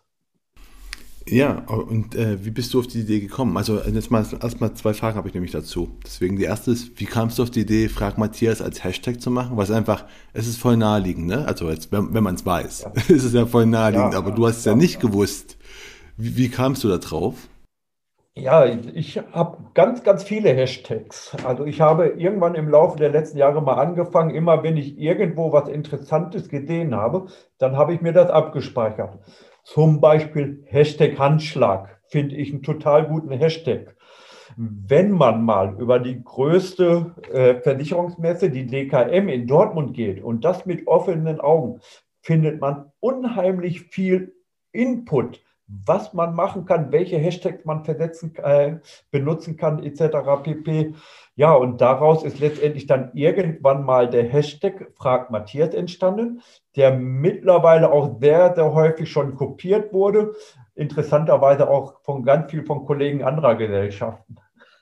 Ja, und äh, wie bist du auf die Idee gekommen? Also jetzt mal erstmal zwei Fragen habe ich nämlich dazu. Deswegen die erste ist, wie kamst du auf die Idee, Frag Matthias als Hashtag zu machen? Weil es einfach, es ist voll naheliegend, ne? Also jetzt, wenn, wenn man es weiß, ja. ist es ja voll naheliegend, ja, aber du hast es ja, ja nicht gewusst. Wie, wie kamst du da drauf? Ja, ich habe ganz, ganz viele Hashtags. Also ich habe irgendwann im Laufe der letzten Jahre mal angefangen, immer wenn ich irgendwo was Interessantes gesehen habe, dann habe ich mir das abgespeichert. Zum Beispiel Hashtag Handschlag, finde ich einen total guten Hashtag. Wenn man mal über die größte äh, Versicherungsmesse, die D K M in Dortmund geht und das mit offenen Augen, findet man unheimlich viel Input, was man machen kann, welche Hashtags man versetzen, äh, benutzen kann, et cetera pp. Ja, und daraus ist letztendlich dann irgendwann mal der Hashtag Frag Matthias entstanden, der mittlerweile auch sehr, sehr häufig schon kopiert wurde. Interessanterweise auch von ganz viel von Kollegen anderer Gesellschaften.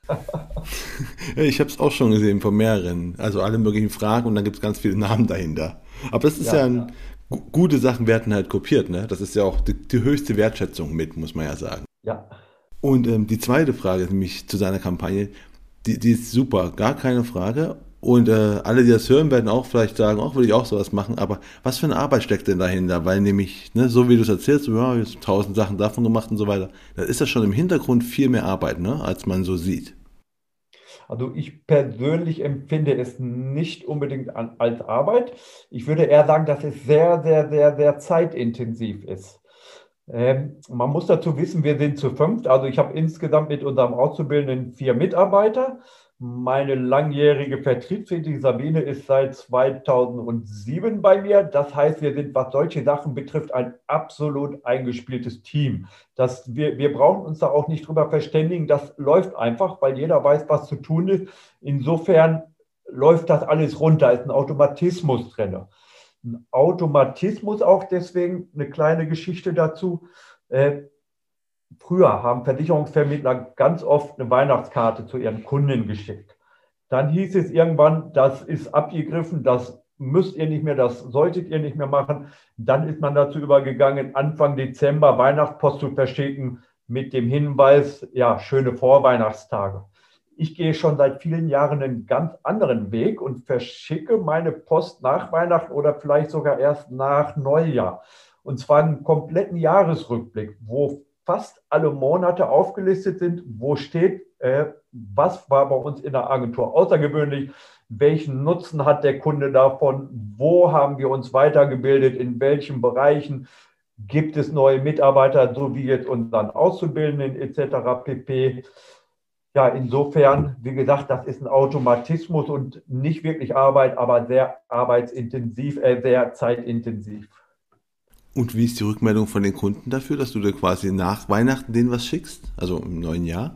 Ja, ich habe es auch schon gesehen von mehreren. Also alle möglichen Fragen und dann gibt es ganz viele Namen dahinter. Aber das ist ja Ja, ein, gu- gute Sachen werden halt kopiert, ne? Das ist ja auch die, die höchste Wertschätzung mit, muss man ja sagen. ja. Und ähm, die zweite Frage, nämlich zu seiner Kampagne, die, die ist super, gar keine Frage. Und äh, alle, die das hören, werden auch vielleicht sagen, auch will ich auch sowas machen, aber was für eine Arbeit steckt denn dahinter? Weil nämlich, ne, so wie du es erzählst, so, ja, jetzt tausend Sachen davon gemacht und so weiter, da ist das schon im Hintergrund viel mehr Arbeit, ne, als man so sieht. Also ich persönlich empfinde es nicht unbedingt an, als Arbeit. Ich würde eher sagen, dass es sehr, sehr, sehr, sehr zeitintensiv ist. Ähm, man muss dazu wissen, wir sind zu fünft. Also ich habe insgesamt mit unserem Auszubildenden vier Mitarbeiter. Meine langjährige Vertriebstätige Sabine ist seit zweitausendsieben bei mir. Das heißt, wir sind, was solche Sachen betrifft, ein absolut eingespieltes Team. Das, wir, wir brauchen uns da auch nicht drüber verständigen. Das läuft einfach, weil jeder weiß, was zu tun ist. Insofern läuft das alles runter, ist ein Automatismus drin. Ein Automatismus auch deswegen, eine kleine Geschichte dazu. Äh, Früher haben Versicherungsvermittler ganz oft eine Weihnachtskarte zu ihren Kunden geschickt. Dann hieß es irgendwann, das ist abgegriffen, das müsst ihr nicht mehr, das solltet ihr nicht mehr machen. Dann ist man dazu übergegangen, Anfang Dezember Weihnachtspost zu verschicken mit dem Hinweis, ja, schöne Vorweihnachtstage. Ich gehe schon seit vielen Jahren einen ganz anderen Weg und verschicke meine Post nach Weihnachten oder vielleicht sogar erst nach Neujahr. Und zwar einen kompletten Jahresrückblick, wo fast alle Monate aufgelistet sind, wo steht, äh, was war bei uns in der Agentur außergewöhnlich, welchen Nutzen hat der Kunde davon, wo haben wir uns weitergebildet, in welchen Bereichen gibt es neue Mitarbeiter, so wie jetzt unseren Auszubildenden et cetera pp. Ja, insofern, wie gesagt, das ist ein Automatismus und nicht wirklich Arbeit, aber sehr arbeitsintensiv, äh, sehr zeitintensiv. Und wie ist die Rückmeldung von den Kunden dafür, dass du dir quasi nach Weihnachten denen was schickst? Also im neuen Jahr?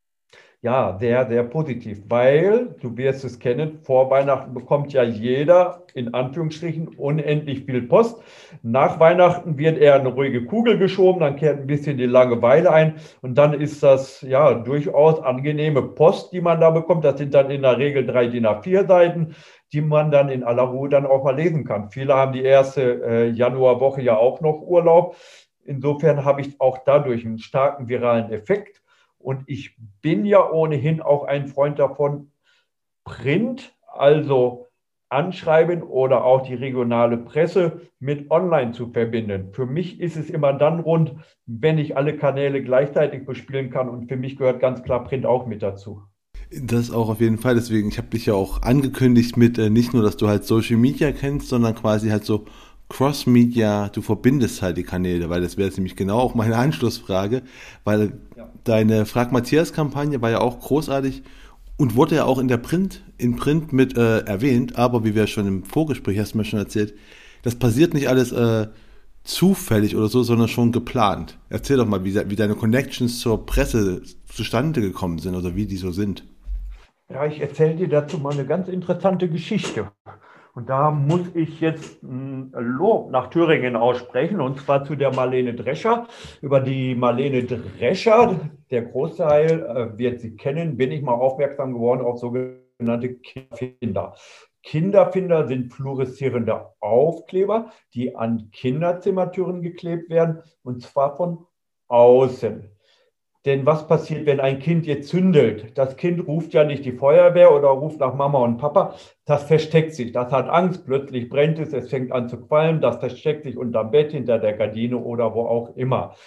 Ja, sehr, sehr positiv, weil du wirst es kennen, vor Weihnachten bekommt ja jeder in Anführungsstrichen unendlich viel Post. Nach Weihnachten wird eher eine ruhige Kugel geschoben, dann kehrt ein bisschen die Langeweile ein und dann ist das ja durchaus angenehme Post, die man da bekommt. Das sind dann in der Regel drei D I N A vier Seiten, die man dann in aller Ruhe dann auch mal lesen kann. Viele haben die erste äh, Januarwoche ja auch noch Urlaub. Insofern habe ich auch dadurch einen starken viralen Effekt. Und ich bin ja ohnehin auch ein Freund davon, Print, also Anschreiben oder auch die regionale Presse mit Online zu verbinden. Für mich ist es immer dann rund, wenn ich alle Kanäle gleichzeitig bespielen kann. Und für mich gehört ganz klar Print auch mit dazu. Das auch auf jeden Fall. Deswegen, ich habe dich ja auch angekündigt mit äh, nicht nur, dass du halt Social Media kennst, sondern quasi halt so Cross-Media, du verbindest halt die Kanäle, weil das wäre jetzt nämlich genau auch meine Anschlussfrage, weil Ja. deine Frag Matthias-Kampagne war ja auch großartig und wurde ja auch in der Print, in Print mit äh, erwähnt, aber wie wir schon im Vorgespräch hast du mir schon erzählt, das passiert nicht alles äh, zufällig oder so, sondern schon geplant. Erzähl doch mal, wie, wie deine Connections zur Presse zustande gekommen sind oder wie die so sind. Ja, ich erzähle dir dazu mal eine ganz interessante Geschichte. Und da muss ich jetzt ein Lob nach Thüringen aussprechen, und zwar zu der Marlene Drescher. Über die Marlene Drescher, der Großteil äh, wird sie kennen, bin ich mal aufmerksam geworden auf sogenannte Kinderfinder. Kinderfinder sind fluoreszierende Aufkleber, die an Kinderzimmertüren geklebt werden, und zwar von außen. Denn was passiert, wenn ein Kind jetzt zündelt? Das Kind ruft ja nicht die Feuerwehr oder ruft nach Mama und Papa. Das versteckt sich. Das hat Angst. Plötzlich brennt es. Es fängt an zu qualmen. Das versteckt sich unterm Bett, hinter der Gardine oder wo auch immer.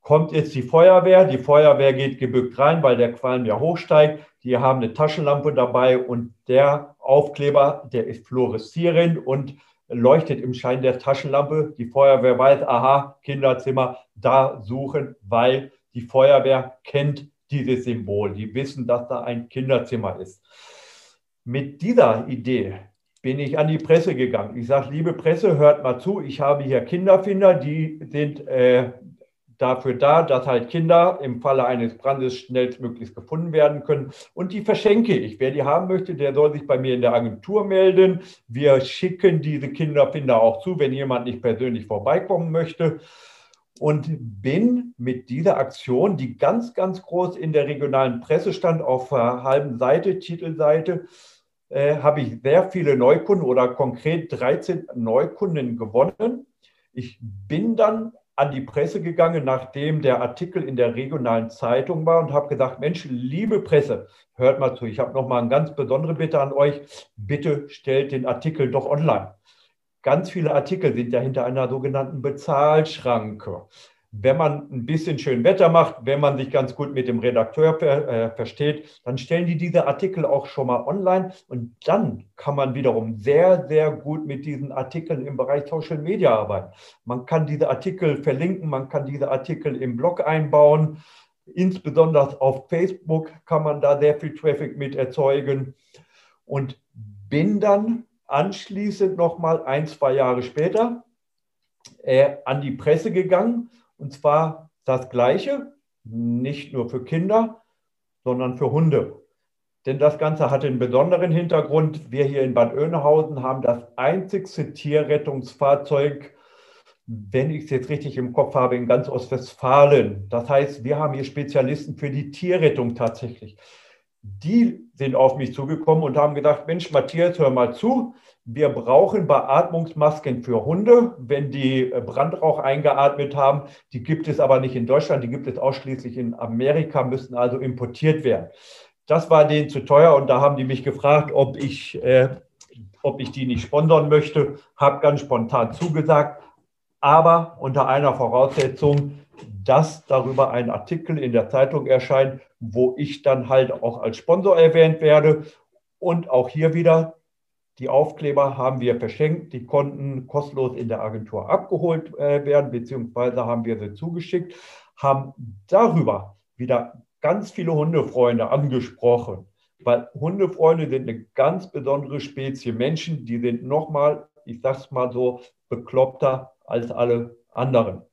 kommt jetzt die Feuerwehr. Die Feuerwehr geht gebückt rein, weil der Qualm ja hochsteigt. Die haben eine Taschenlampe dabei und der Aufkleber, der ist fluoreszierend und leuchtet im Schein der Taschenlampe. Die Feuerwehr weiß, aha, Kinderzimmer, da suchen, weil die Feuerwehr kennt dieses Symbol. Die wissen, dass da ein Kinderzimmer ist. Mit dieser Idee bin ich an die Presse gegangen. Ich sage, liebe Presse, hört mal zu, ich habe hier Kinderfinder, die sind äh, dafür da, dass halt Kinder im Falle eines Brandes schnellstmöglich gefunden werden können. Und die verschenke ich. Wer die haben möchte, der soll sich bei mir in der Agentur melden. Wir schicken diese Kinderfinder auch zu, wenn jemand nicht persönlich vorbeikommen möchte. Und bin mit dieser Aktion, die ganz, ganz groß in der regionalen Presse stand, auf einer halben Seite, Titelseite, äh, habe ich sehr viele Neukunden oder konkret dreizehn Neukunden gewonnen. Ich bin dann an die Presse gegangen, nachdem der Artikel in der regionalen Zeitung war und habe gesagt, Mensch, liebe Presse, hört mal zu, ich habe noch mal eine ganz besondere Bitte an euch, bitte stellt den Artikel doch online. Ganz viele Artikel sind ja hinter einer sogenannten Bezahlschranke. Wenn man ein bisschen schön Wetter macht, wenn man sich ganz gut mit dem Redakteur ver, äh, versteht, dann stellen die diese Artikel auch schon mal online und dann kann man wiederum sehr, sehr gut mit diesen Artikeln im Bereich Social Media arbeiten. Man kann diese Artikel verlinken, man kann diese Artikel im Blog einbauen. Insbesondere auf Facebook kann man da sehr viel Traffic mit erzeugen und bin dann anschließend nochmal ein, zwei Jahre später äh, an die Presse gegangen. Und zwar das Gleiche, nicht nur für Kinder, sondern für Hunde. Denn das Ganze hatte einen besonderen Hintergrund. Wir hier in Bad Oeynhausen haben das einzigste Tierrettungsfahrzeug, wenn ich es jetzt richtig im Kopf habe, in ganz Ostwestfalen. Das heißt, wir haben hier Spezialisten für die Tierrettung tatsächlich. Die sind auf mich zugekommen und haben gedacht, Mensch, Matthias, hör mal zu, wir brauchen Beatmungsmasken für Hunde, wenn die Brandrauch eingeatmet haben. Die gibt es aber nicht in Deutschland, die gibt es ausschließlich in Amerika, müssen also importiert werden. Das war denen zu teuer und da haben die mich gefragt, ob ich, äh, ob ich die nicht sponsern möchte. Habe ganz spontan zugesagt, aber unter einer Voraussetzung, dass darüber ein Artikel in der Zeitung erscheint, wo ich dann halt auch als Sponsor erwähnt werde. Und auch hier wieder, die Aufkleber haben wir verschenkt, die konnten kostenlos in der Agentur abgeholt äh, werden, beziehungsweise haben wir sie zugeschickt, haben darüber wieder ganz viele Hundefreunde angesprochen, weil Hundefreunde sind eine ganz besondere Spezies Menschen, die sind nochmal, ich sag's mal so, bekloppter als alle anderen.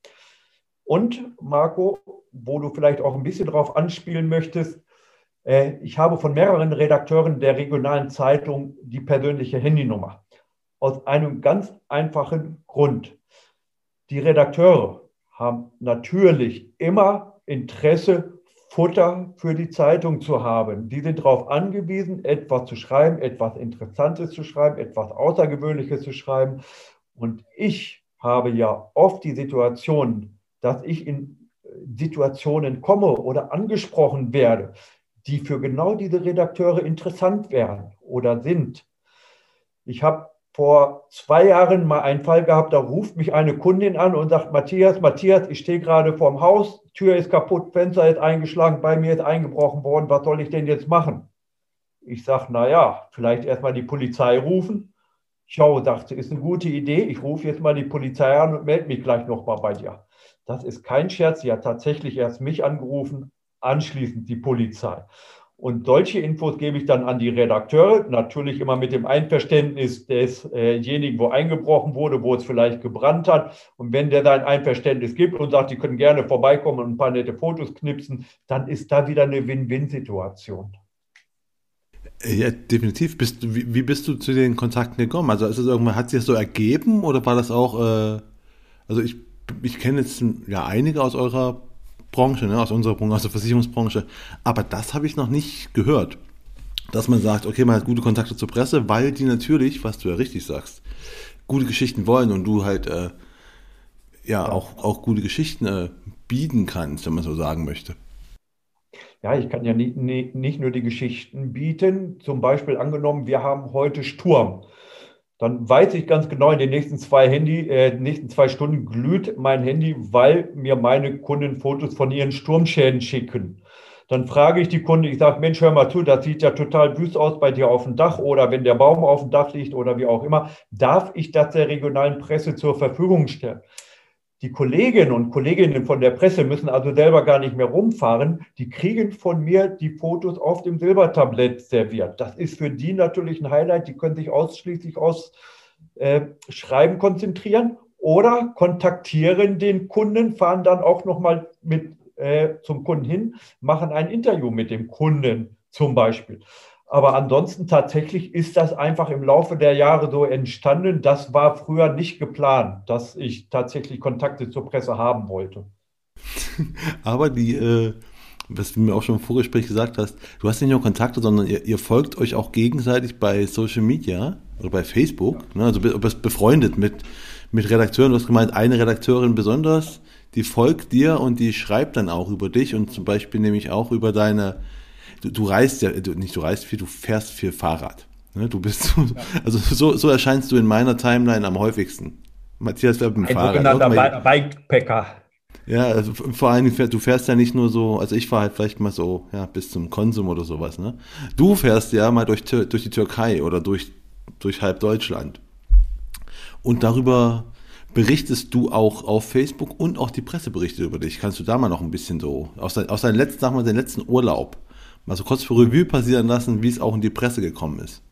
Und Marco, wo du vielleicht auch ein bisschen drauf anspielen möchtest, äh, ich habe von mehreren Redakteuren der regionalen Zeitung die persönliche Handynummer. Aus einem ganz einfachen Grund. Die Redakteure haben natürlich immer Interesse, Futter für die Zeitung zu haben. Die sind darauf angewiesen, etwas zu schreiben, etwas Interessantes zu schreiben, etwas Außergewöhnliches zu schreiben. Und ich habe ja oft die Situation, dass ich in Situationen komme oder angesprochen werde, die für genau diese Redakteure interessant wären oder sind. Ich habe vor zwei Jahren mal einen Fall gehabt, da ruft mich eine Kundin an und sagt, Matthias, Matthias, ich stehe gerade vorm Haus, Tür ist kaputt, Fenster ist eingeschlagen, bei mir ist eingebrochen worden, was soll ich denn jetzt machen? Ich sage, naja, vielleicht erstmal die Polizei rufen. Schau, dachte, ist eine gute Idee, ich rufe jetzt mal die Polizei an und melde mich gleich nochmal bei dir. Das ist kein Scherz, sie hat tatsächlich erst mich angerufen, anschließend die Polizei. Und solche Infos gebe ich dann an die Redakteure, natürlich immer mit dem Einverständnis desjenigen, wo eingebrochen wurde, wo es vielleicht gebrannt hat. Und wenn der sein Einverständnis gibt und sagt, die können gerne vorbeikommen und ein paar nette Fotos knipsen, dann ist da wieder eine Win-Win-Situation. Ja, definitiv. Bist du, wie, wie bist du zu den Kontakten gekommen? Also ist es irgendwann, hat sich das so ergeben oder war das auch, äh, also ich, ich kenne jetzt ja einige aus eurer Branche, ne, aus unserer Branche, aus der Versicherungsbranche, aber das habe ich noch nicht gehört, dass man sagt, okay, man hat gute Kontakte zur Presse, weil die natürlich, was du ja richtig sagst, gute Geschichten wollen und du halt äh, ja auch, auch gute Geschichten äh, bieten kannst, wenn man so sagen möchte. Ja, ich kann ja nicht, nicht nur die Geschichten bieten. Zum Beispiel angenommen, wir haben heute Sturm. dann weiß ich ganz genau, in den nächsten zwei Handy, äh, nächsten zwei Stunden glüht mein Handy, weil mir meine Kunden Fotos von ihren Sturmschäden schicken. Dann frage ich die Kunden, ich sage, Mensch, hör mal zu, das sieht ja total wüst aus bei dir auf dem Dach oder wenn der Baum auf dem Dach liegt oder wie auch immer. Darf ich das der regionalen Presse zur Verfügung stellen? Die Kolleginnen und Kolleginnen von der Presse müssen also selber gar nicht mehr rumfahren. Die kriegen von mir die Fotos auf dem Silbertablett serviert. Das ist für die natürlich ein Highlight. Die können sich ausschließlich aufs äh, Schreiben konzentrieren oder kontaktieren den Kunden, fahren dann auch nochmal mit äh, zum Kunden hin, machen ein Interview mit dem Kunden zum Beispiel. Aber ansonsten tatsächlich ist das einfach im Laufe der Jahre so entstanden. Das war früher nicht geplant, dass ich tatsächlich Kontakte zur Presse haben wollte. Aber die, äh, was du mir auch schon im Vorgespräch gesagt hast, du hast nicht nur Kontakte, sondern ihr, ihr folgt euch auch gegenseitig bei Social Media oder bei Facebook. Ja. Ne? Also du bist befreundet mit, mit Redakteuren. Du hast gemeint, eine Redakteurin besonders, die folgt dir und die schreibt dann auch über dich und zum Beispiel nämlich auch über deine. Du, du reist ja, du, nicht du reist viel, du fährst viel Fahrrad. Ne? Du bist so, also so, so erscheinst du in meiner Timeline am häufigsten. Matthias fährt mit dem Fahrrad. Ein sogenannter Bikepacker. Ja, also vor allem, du fährst ja nicht nur so, also ich fahre halt vielleicht mal so, ja, bis zum Konsum oder sowas, ne? Du fährst ja mal durch, durch die Türkei oder durch, durch halb Deutschland. Und darüber berichtest du auch auf Facebook und auch die Presse berichtet über dich. Kannst du da mal noch ein bisschen so, aus, dein, aus deinem letzten, sag mal, deinen letzten Urlaub, mal so kurz für Revue passieren lassen, wie es auch in die Presse gekommen ist?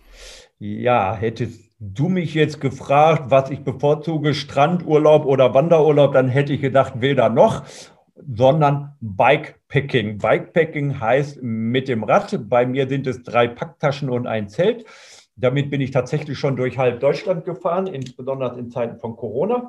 Ja, hättest du mich jetzt gefragt, was ich bevorzuge, Strandurlaub oder Wanderurlaub, dann hätte ich gedacht, weder noch, sondern Bikepacking. Bikepacking heißt mit dem Rad. Bei mir sind es drei Packtaschen und ein Zelt. Damit bin ich tatsächlich schon durch halb Deutschland gefahren, insbesondere in Zeiten von Corona.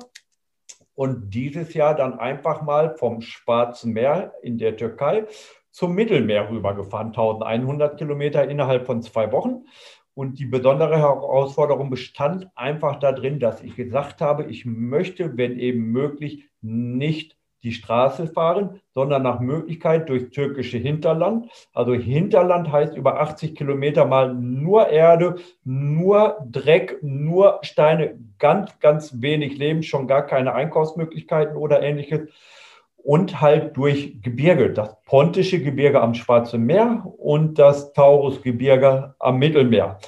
Und dieses Jahr dann einfach mal vom Schwarzen Meer in der Türkei zum Mittelmeer rübergefahren, eintausendeinhundert Kilometer innerhalb von zwei Wochen. Und die besondere Herausforderung bestand einfach darin, dass ich gesagt habe, ich möchte, wenn eben möglich, nicht die Straße fahren, sondern nach Möglichkeit durchs türkische Hinterland. Also Hinterland heißt über achtzig Kilometer mal nur Erde, nur Dreck, nur Steine, ganz, ganz wenig Leben, schon gar keine Einkaufsmöglichkeiten oder Ähnliches. Und halt durch Gebirge, das Pontische Gebirge am Schwarzen Meer und das Taurusgebirge am Mittelmeer.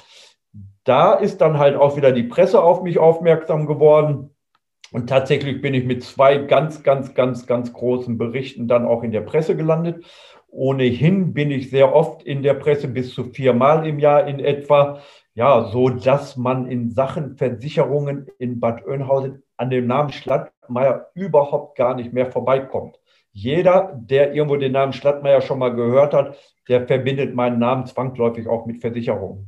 Da ist dann halt auch wieder die Presse auf mich aufmerksam geworden. Und tatsächlich bin ich mit zwei ganz, ganz, ganz, ganz großen Berichten dann auch in der Presse gelandet. Ohnehin bin ich sehr oft in der Presse, bis zu viermal im Jahr in etwa. Ja, so dass man in Sachen Versicherungen in Bad Oeynhausen an dem Namen Schlattmeier überhaupt gar nicht mehr vorbeikommt. Jeder, der irgendwo den Namen Schlattmeier schon mal gehört hat, der verbindet meinen Namen zwangsläufig auch mit Versicherungen.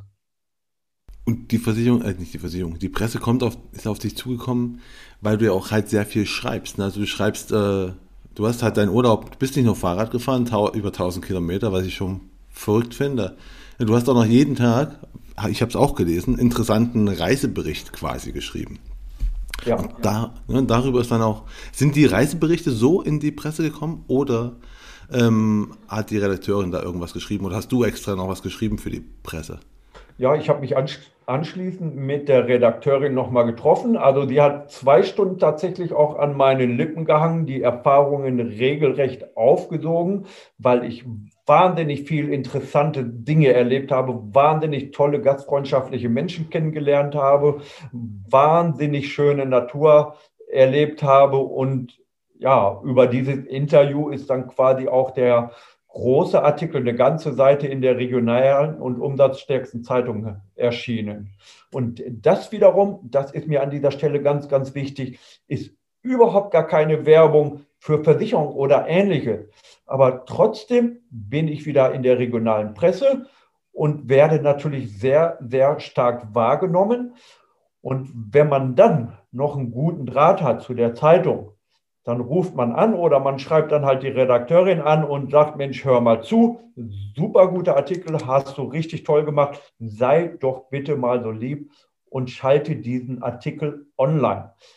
Und die Versicherung, äh, nicht die Versicherung, die Presse kommt auf, ist auf dich zugekommen, weil du ja auch halt sehr viel schreibst. Also du schreibst, äh, du hast halt deinen Urlaub, du bist nicht nur Fahrrad gefahren, tau, über tausend Kilometer, was ich schon verrückt finde. Du hast auch noch jeden Tag, ich habe es auch gelesen, interessanten Reisebericht quasi geschrieben. Ja. Und da, ne, darüber ist dann auch, sind die Reiseberichte so in die Presse gekommen oder ähm, hat die Redakteurin da irgendwas geschrieben oder hast du extra noch was geschrieben für die Presse? Ja, ich habe mich anschließend mit der Redakteurin nochmal getroffen. Also die hat zwei Stunden tatsächlich auch an meinen Lippen gehangen, die Erfahrungen regelrecht aufgesogen, weil ich wahnsinnig viel interessante Dinge erlebt habe, wahnsinnig tolle gastfreundschaftliche Menschen kennengelernt habe, wahnsinnig schöne Natur erlebt habe. Und ja, über dieses Interview ist dann quasi auch der große Artikel, eine ganze Seite in der regionalen und umsatzstärksten Zeitung erschienen. Und das wiederum, das ist mir an dieser Stelle ganz, ganz wichtig, ist überhaupt gar keine Werbung für Versicherung oder Ähnliches. Aber trotzdem bin ich wieder in der regionalen Presse und werde natürlich sehr, sehr stark wahrgenommen. Und wenn man dann noch einen guten Draht hat zu der Zeitung, dann ruft man an oder man schreibt dann halt die Redakteurin an und sagt, Mensch, hör mal zu, super guter Artikel, hast du richtig toll gemacht, sei doch bitte mal so lieb und schalte diesen Artikel online.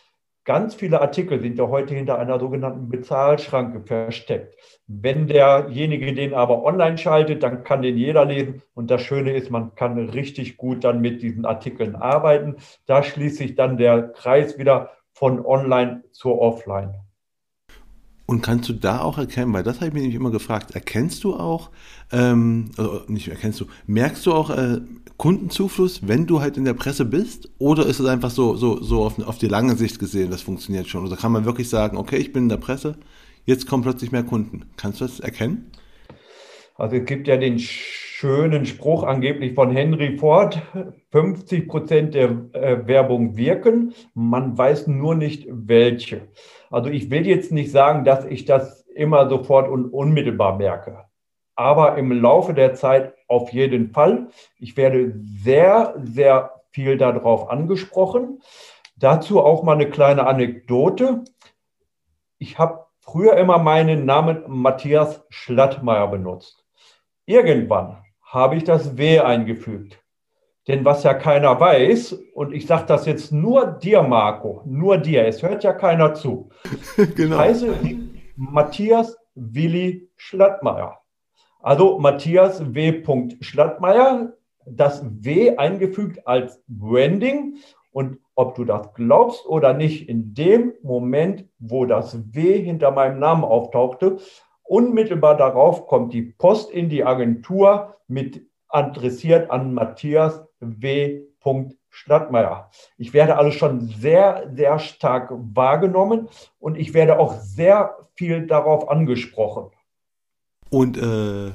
ganz viele Artikel sind ja heute hinter einer sogenannten Bezahlschranke versteckt. Wenn derjenige den aber online schaltet, dann kann den jeder lesen. Und das Schöne ist, man kann richtig gut dann mit diesen Artikeln arbeiten. Da schließt sich dann der Kreis wieder von online zur offline. Und kannst du da auch erkennen, weil das habe ich mich nämlich immer gefragt, erkennst du auch, ähm, also nicht erkennst du, merkst du auch äh, Kundenzufluss, wenn du halt in der Presse bist? Oder ist es einfach so, so, so auf, auf die lange Sicht gesehen, das funktioniert schon? Oder kann man wirklich sagen, okay, ich bin in der Presse, jetzt kommen plötzlich mehr Kunden. Kannst du das erkennen? Also es gibt ja den schönen Spruch angeblich von Henry Ford, fünfzig Prozent der äh, Werbung wirken, man weiß nur nicht welche. Also ich will jetzt nicht sagen, dass ich das immer sofort und unmittelbar merke, aber im Laufe der Zeit auf jeden Fall. Ich werde sehr, sehr viel darauf angesprochen. Dazu auch mal eine kleine Anekdote. Ich habe früher immer meinen Namen Matthias Schlattmeier benutzt. Irgendwann habe ich das W eingefügt. Denn was ja keiner weiß, und ich sage das jetzt nur dir, Marco, nur dir, es hört ja keiner zu. Genau. Ich heiße Matthias Willi Schlattmeier. Also Matthias W. Schlattmeier, das W eingefügt als Branding. Und ob du das glaubst oder nicht, in dem Moment, wo das W hinter meinem Namen auftauchte, unmittelbar darauf kommt die Post in die Agentur mit adressiert an Matthias W. Schlattmeier. Ich werde also schon sehr, sehr stark wahrgenommen und ich werde auch sehr viel darauf angesprochen. Und äh,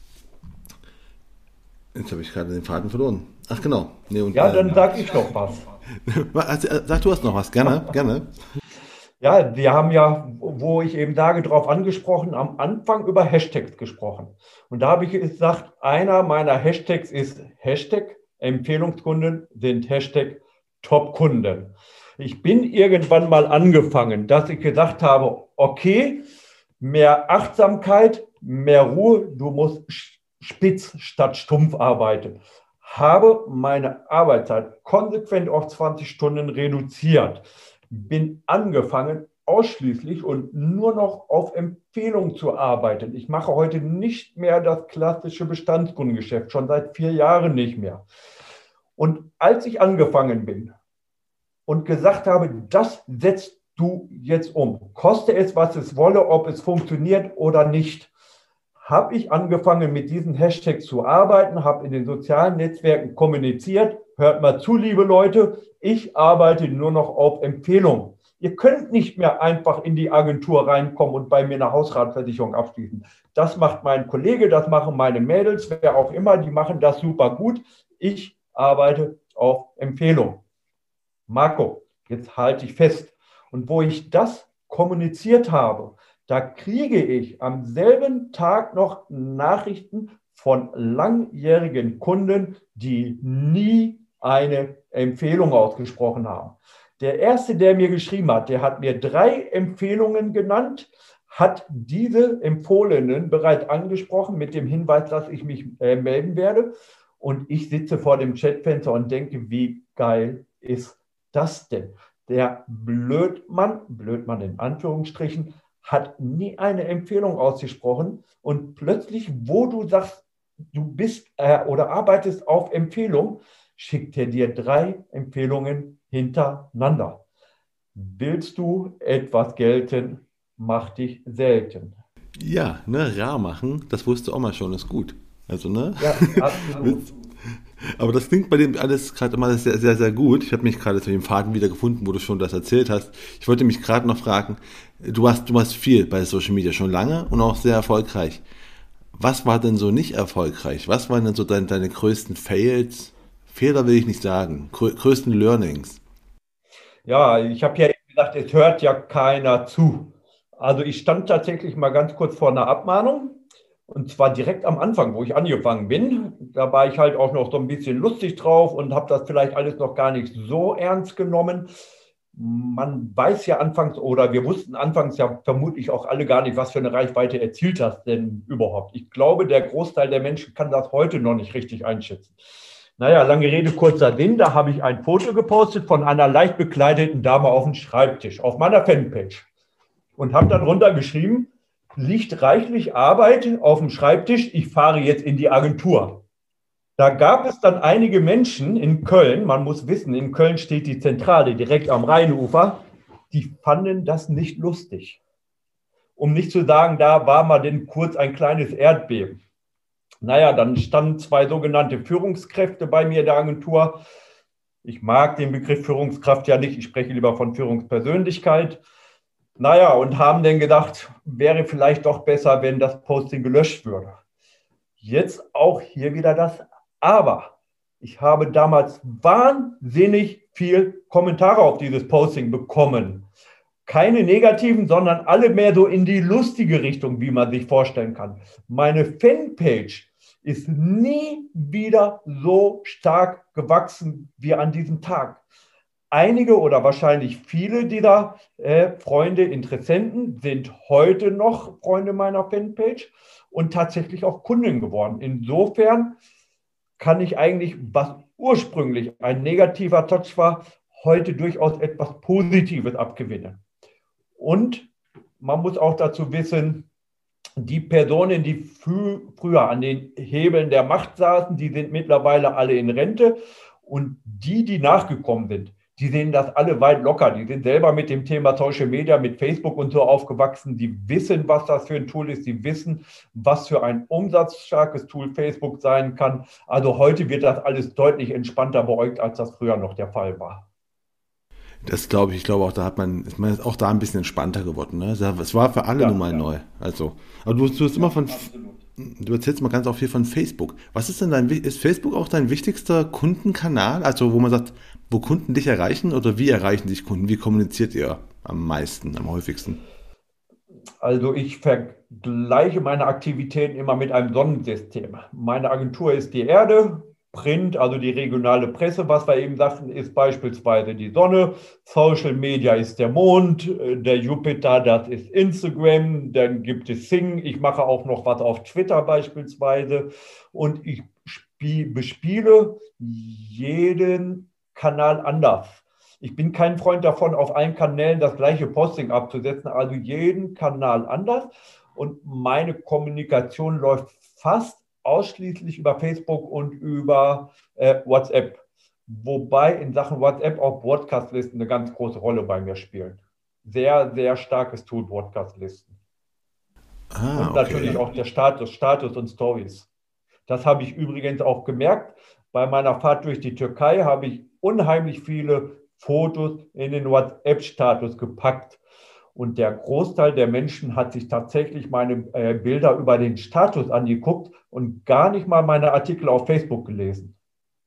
jetzt habe ich gerade den Faden verloren. Ach genau. Nee, und, ja, dann äh, sag ich noch was. Sag du hast noch was, gerne, gerne. Ja, wir haben ja, wo ich eben sage, darauf angesprochen, am Anfang über Hashtags gesprochen. Und da habe ich gesagt, einer meiner Hashtags ist Hashtag Empfehlungskunden sind Hashtag Topkunden. Ich bin irgendwann mal angefangen, dass ich gesagt habe, okay, mehr Achtsamkeit, mehr Ruhe, du musst spitz statt stumpf arbeiten. Habe meine Arbeitszeit konsequent auf zwanzig Stunden reduziert. Bin angefangen, ausschließlich und nur noch auf Empfehlung zu arbeiten. Ich mache heute nicht mehr das klassische Bestandskundengeschäft, schon seit vier Jahren nicht mehr. Und als ich angefangen bin und gesagt habe, das setzt du jetzt um, koste es, was es wolle, ob es funktioniert oder nicht, habe ich angefangen, mit diesen Hashtags zu arbeiten, habe in den sozialen Netzwerken kommuniziert. Hört mal zu, liebe Leute, ich arbeite nur noch auf Empfehlung. Ihr könnt nicht mehr einfach in die Agentur reinkommen und bei mir eine Hausratversicherung abschließen. Das macht mein Kollege, das machen meine Mädels, wer auch immer, die machen das super gut. Ich arbeite auf Empfehlung. Marco, jetzt halte ich fest. Und wo ich das kommuniziert habe, da kriege ich am selben Tag noch Nachrichten von langjährigen Kunden, die nie eine Empfehlung ausgesprochen haben. Der erste, der mir geschrieben hat, der hat mir drei Empfehlungen genannt, hat diese Empfohlenen bereits angesprochen mit dem Hinweis, dass ich mich äh, melden werde. Und ich sitze vor dem Chatfenster und denke, wie geil ist das denn? Der Blödmann, Blödmann in Anführungsstrichen, hat nie eine Empfehlung ausgesprochen. Und plötzlich, wo du sagst, du bist äh, oder arbeitest auf Empfehlung, schickt er dir drei Empfehlungen hintereinander. Willst du etwas gelten, mach dich selten. Ja, ne, rar machen, das wusste auch mal schon, ist gut. Also, ne? Ja, absolut. Aber das klingt bei dem alles gerade immer sehr, sehr, sehr gut. Ich habe mich gerade zu dem Faden wieder gefunden, wo du schon das erzählt hast. Ich wollte mich gerade noch fragen, du hast, du machst viel bei Social Media, schon lange und auch sehr erfolgreich. Was war denn so nicht erfolgreich? Was waren denn so deine, deine größten Fails? Fehler will ich nicht sagen, größten Learnings? Ja, ich habe ja gesagt, es hört ja keiner zu. Also ich stand tatsächlich mal ganz kurz vor einer Abmahnung. Und zwar direkt am Anfang, wo ich angefangen bin. Da war ich halt auch noch so ein bisschen lustig drauf und habe das vielleicht alles noch gar nicht so ernst genommen. Man weiß ja anfangs, oder wir wussten anfangs ja vermutlich auch alle gar nicht, was für eine Reichweite erzielt das denn überhaupt. Ich glaube, der Großteil der Menschen kann das heute noch nicht richtig einschätzen. Naja, lange Rede, kurzer Sinn, da habe ich ein Foto gepostet von einer leicht bekleideten Dame auf dem Schreibtisch, auf meiner Fanpage. Und habe dann runtergeschrieben, liegt reichlich Arbeit auf dem Schreibtisch, ich fahre jetzt in die Agentur. Da gab es dann einige Menschen in Köln, man muss wissen, in Köln steht die Zentrale direkt am Rheinufer, die fanden das nicht lustig. Um nicht zu sagen, da war mal denn kurz ein kleines Erdbeben. Naja, dann standen zwei sogenannte Führungskräfte bei mir in der Agentur. Ich mag den Begriff Führungskraft ja nicht, ich spreche lieber von Führungspersönlichkeit. Naja, und haben dann gedacht, wäre vielleicht doch besser, wenn das Posting gelöscht würde. Jetzt auch hier wieder das Aber. Ich habe damals wahnsinnig viel Kommentare auf dieses Posting bekommen. Keine negativen, sondern alle mehr so in die lustige Richtung, wie man sich vorstellen kann. Meine Fanpage ist nie wieder so stark gewachsen wie an diesem Tag. Einige oder wahrscheinlich viele dieser äh, Freunde, Interessenten sind heute noch Freunde meiner Fanpage und tatsächlich auch Kunden geworden. Insofern kann ich eigentlich, was ursprünglich ein negativer Touch war, heute durchaus etwas Positives abgewinnen. Und man muss auch dazu wissen, die Personen, die frü- früher an den Hebeln der Macht saßen, die sind mittlerweile alle in Rente. Und die, die nachgekommen sind, die sehen das alle weit locker. Die sind selber mit dem Thema Social Media, mit Facebook und so aufgewachsen. Die wissen, was das für ein Tool ist. Die wissen, was für ein umsatzstarkes Tool Facebook sein kann. Also heute wird das alles deutlich entspannter beäugt, als das früher noch der Fall war. Das glaube ich, ich glaube auch, da hat man, ist man auch da ein bisschen entspannter geworden. Ne? Es war für alle Ja, nun mal ja. neu. Also, aber du, du hast immer von, Absolut. du erzählst mal ganz auch viel von Facebook. Was ist denn dein, ist Facebook auch dein wichtigster Kundenkanal? Also, wo man sagt, wo Kunden dich erreichen oder wie erreichen dich Kunden? Wie kommuniziert ihr am meisten, am häufigsten? Also ich vergleiche meine Aktivitäten immer mit einem Sonnensystem. Meine Agentur ist die Erde, Print, also die regionale Presse, was wir eben sagten, ist beispielsweise die Sonne, Social Media ist der Mond, der Jupiter, das ist Instagram, dann gibt es Sing, ich mache auch noch was auf Twitter beispielsweise und ich spie- bespiele jeden Kanal anders. Ich bin kein Freund davon, auf allen Kanälen das gleiche Posting abzusetzen, also jeden Kanal anders. Und meine Kommunikation läuft fast ausschließlich über Facebook und über äh, WhatsApp. Wobei in Sachen WhatsApp auch Broadcast-Listen eine ganz große Rolle bei mir spielen. Sehr, sehr starkes Tool, Broadcast-Listen. Ah, Und okay. natürlich auch der Status, Status und Stories. Das habe ich übrigens auch gemerkt. Bei meiner Fahrt durch die Türkei habe ich unheimlich viele Fotos in den WhatsApp-Status gepackt. Und der Großteil der Menschen hat sich tatsächlich meine äh, Bilder über den Status angeguckt und gar nicht mal meine Artikel auf Facebook gelesen.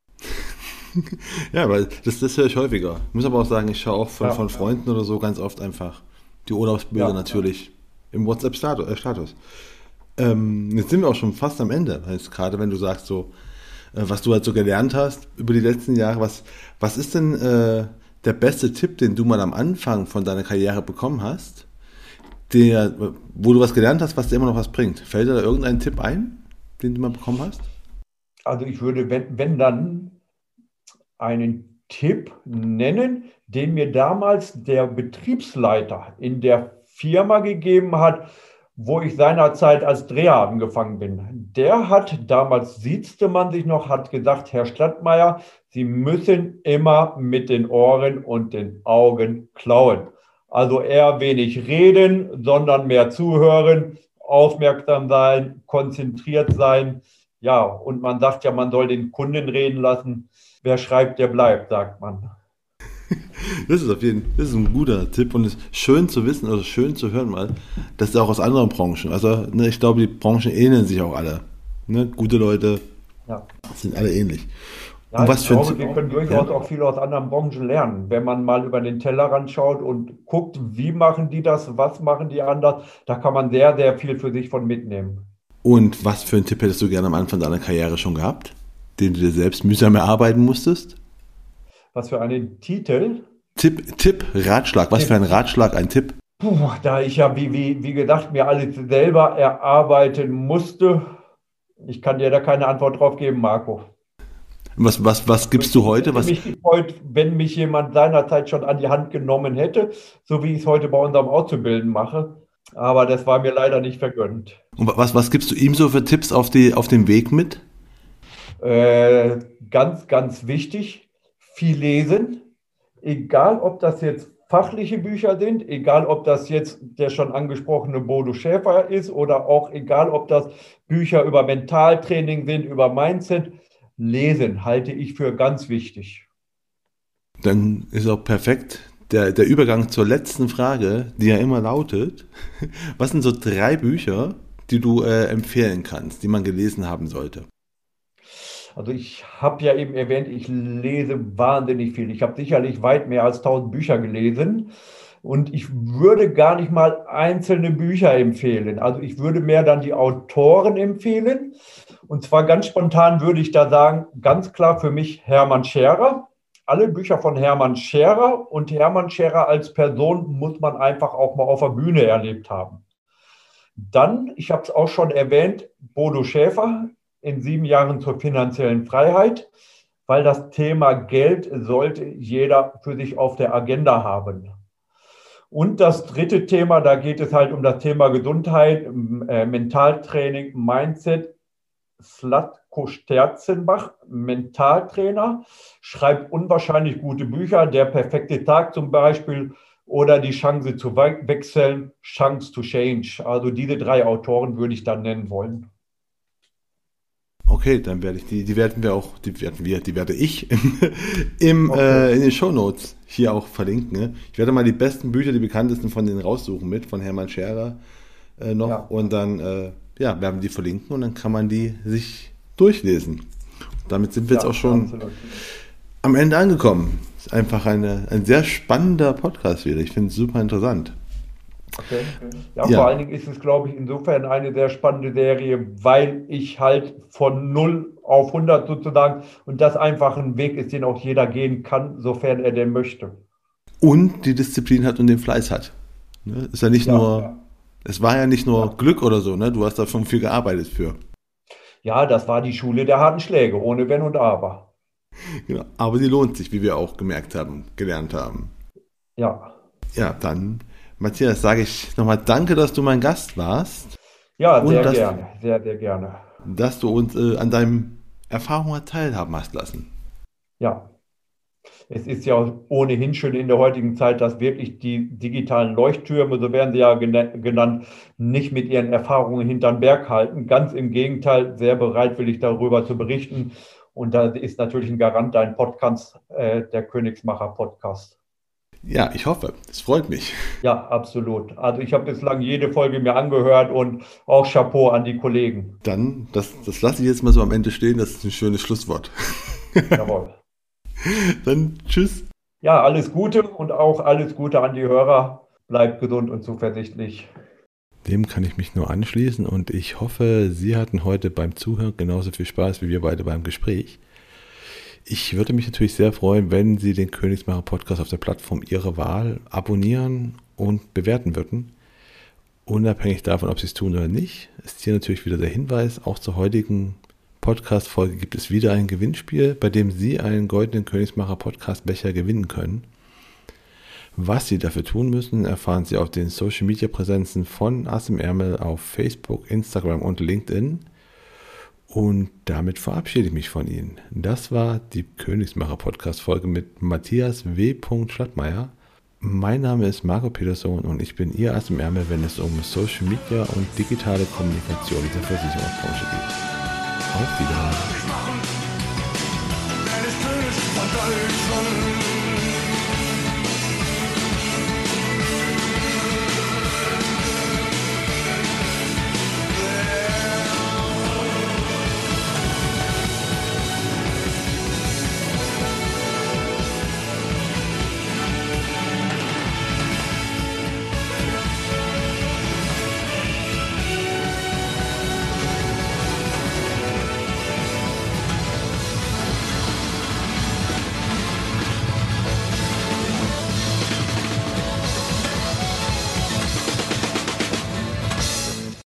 Ja, weil das, das höre ich häufiger. Ich muss aber auch sagen, ich schaue auch von, Ja. von Freunden oder so ganz oft einfach die Urlaubsbilder Ja. natürlich im WhatsApp-Status. Äh, Status. Ähm, jetzt sind wir auch schon fast am Ende. Also gerade wenn du sagst, so, äh, was du halt so gelernt hast über die letzten Jahre, was, was ist denn äh, der beste Tipp, den du mal am Anfang von deiner Karriere bekommen hast, der, wo du was gelernt hast, was dir immer noch was bringt? Fällt dir da irgendein Tipp ein, den du mal bekommen hast? Also ich würde, wenn, wenn dann, einen Tipp nennen, den mir damals der Betriebsleiter in der Firma gegeben hat, wo ich seinerzeit als Dreher angefangen bin. Der hat, damals siezte man sich noch, hat gesagt, Herr Stadtmeier, Sie müssen immer mit den Ohren und den Augen klauen. Also eher wenig reden, sondern mehr zuhören, aufmerksam sein, konzentriert sein. Ja, und man sagt ja, man soll den Kunden reden lassen. Wer schreibt, der bleibt, sagt man. Das ist auf jeden Fall, das ist ein guter Tipp und es ist schön zu wissen oder schön zu hören mal, dass auch aus anderen Branchen, also ne, ich glaube, die Branchen ähneln sich auch alle. Ne? Gute Leute Ja. sind alle ähnlich. Ja, Und was ich für ein glaube, Tipp? wir können durchaus Ja. auch viel aus anderen Branchen lernen. Wenn man mal über den Tellerrand schaut und guckt, wie machen die das, was machen die anders, da kann man sehr, sehr viel für sich von mitnehmen. Und was für einen Tipp hättest du gerne am Anfang deiner Karriere schon gehabt, den du dir selbst mühsam erarbeiten musstest? Was für einen Titel. Tipp, Tipp, Ratschlag. Was für ein Ratschlag, ein Tipp? Puh, da ich ja, wie, wie, wie gesagt, mir alles selber erarbeiten musste, ich kann dir da keine Antwort drauf geben, Marco. Was, was, was gibst du heute? Was? Ich hätte mich gefreut, wenn mich jemand seinerzeit schon an die Hand genommen hätte, so wie ich es heute bei unserem Auszubildenden mache. Aber das war mir leider nicht vergönnt. Und was, was gibst du ihm so für Tipps auf, die, auf dem Weg mit? Äh, ganz, ganz wichtig, viel lesen. Egal, ob das jetzt fachliche Bücher sind, egal, ob das jetzt der schon angesprochene Bodo Schäfer ist oder auch egal, ob das Bücher über Mentaltraining sind, über Mindset. Lesen halte ich für ganz wichtig. Dann ist auch perfekt der, der Übergang zur letzten Frage, die ja immer lautet, was sind so drei Bücher, die du äh, empfehlen kannst, die man gelesen haben sollte? Also ich habe ja eben erwähnt, ich lese wahnsinnig viel. Ich habe sicherlich weit mehr als tausend Bücher gelesen und ich würde gar nicht mal einzelne Bücher empfehlen. Also ich würde mehr dann die Autoren empfehlen. Und zwar ganz spontan würde ich da sagen, ganz klar für mich Hermann Scherer. Alle Bücher von Hermann Scherer und Hermann Scherer als Person muss man einfach auch mal auf der Bühne erlebt haben. Dann, ich habe es auch schon erwähnt, Bodo Schäfer in sieben Jahren zur finanziellen Freiheit, weil das Thema Geld sollte jeder für sich auf der Agenda haben. Und das dritte Thema, da geht es halt um das Thema Gesundheit, äh, Mentaltraining, Mindset. Slatko Sterzenbach, Mentaltrainer, schreibt unwahrscheinlich gute Bücher, Der perfekte Tag zum Beispiel oder Die Chance zu wechseln, Chance to Change. Also diese drei Autoren würde ich dann nennen wollen. Okay, dann werde ich die, die werden wir auch, die werden wir, die werde ich im, im okay. äh, in den Shownotes hier auch verlinken. Ne? Ich werde mal die besten Bücher, die bekanntesten von denen raussuchen mit, von Hermann Scherer äh, noch ja. und dann äh, ja, werden die verlinken und dann kann man die sich durchlesen. Und damit sind wir ja, jetzt auch schon absolut. Am Ende angekommen. Ist einfach eine, ein sehr spannender Podcast wieder. Ich finde es super interessant. Okay. Ja, ja, vor allen Dingen ist es, glaube ich, insofern eine sehr spannende Serie, weil ich halt von null auf hundert sozusagen und das einfach ein Weg ist, den auch jeder gehen kann, sofern er denn möchte. Und die Disziplin hat und den Fleiß hat. Ne? Ist ja nicht ja, nur... Ja. Es war ja nicht nur ja. Glück oder so, ne? Du hast da schon viel gearbeitet für. Ja, das war die Schule der harten Schläge, ohne Wenn und Aber. Genau, aber sie lohnt sich, wie wir auch gemerkt haben, gelernt haben. Ja. Ja, dann, Matthias, sage ich nochmal danke, dass du mein Gast warst. Ja, sehr dass, gerne, sehr, sehr gerne. Dass du uns äh, an deinen Erfahrungen teilhaben hast lassen. Ja. Es ist ja ohnehin schon in der heutigen Zeit, dass wirklich die digitalen Leuchttürme, so werden sie ja genannt, nicht mit ihren Erfahrungen hinterm Berg halten. Ganz im Gegenteil, sehr bereitwillig darüber zu berichten. Und da ist natürlich ein Garant dein Podcast, äh, der Königsmacher-Podcast. Ja, ich hoffe. Es freut mich. Ja, absolut. Also ich habe bislang jede Folge mir angehört und auch Chapeau an die Kollegen. Dann, das, das lasse ich jetzt mal so am Ende stehen. Das ist ein schönes Schlusswort. Jawohl. Dann tschüss. Ja, alles Gute und auch alles Gute an die Hörer. Bleibt gesund und zuversichtlich. Dem kann ich mich nur anschließen und ich hoffe, Sie hatten heute beim Zuhören genauso viel Spaß wie wir beide beim Gespräch. Ich würde mich natürlich sehr freuen, wenn Sie den Königsmacher Podcast auf der Plattform Ihrer Wahl abonnieren und bewerten würden. Unabhängig davon, ob Sie es tun oder nicht, ist hier natürlich wieder der Hinweis, auch zur heutigen Podcast-Folge gibt es wieder ein Gewinnspiel, bei dem Sie einen goldenen Königsmacher Podcast-Becher gewinnen können. Was Sie dafür tun müssen, erfahren Sie auf den Social-Media-Präsenzen von Ass im Ärmel auf Facebook, Instagram und LinkedIn. Und damit verabschiede ich mich von Ihnen. Das war die Königsmacher Podcast-Folge mit Matthias W. Schlattmeier. Mein Name ist Marco Peterson und ich bin Ihr Ass im Ärmel, wenn es um Social Media und digitale Kommunikation in der Versicherungsbranche geht. Auf Wiedersehen.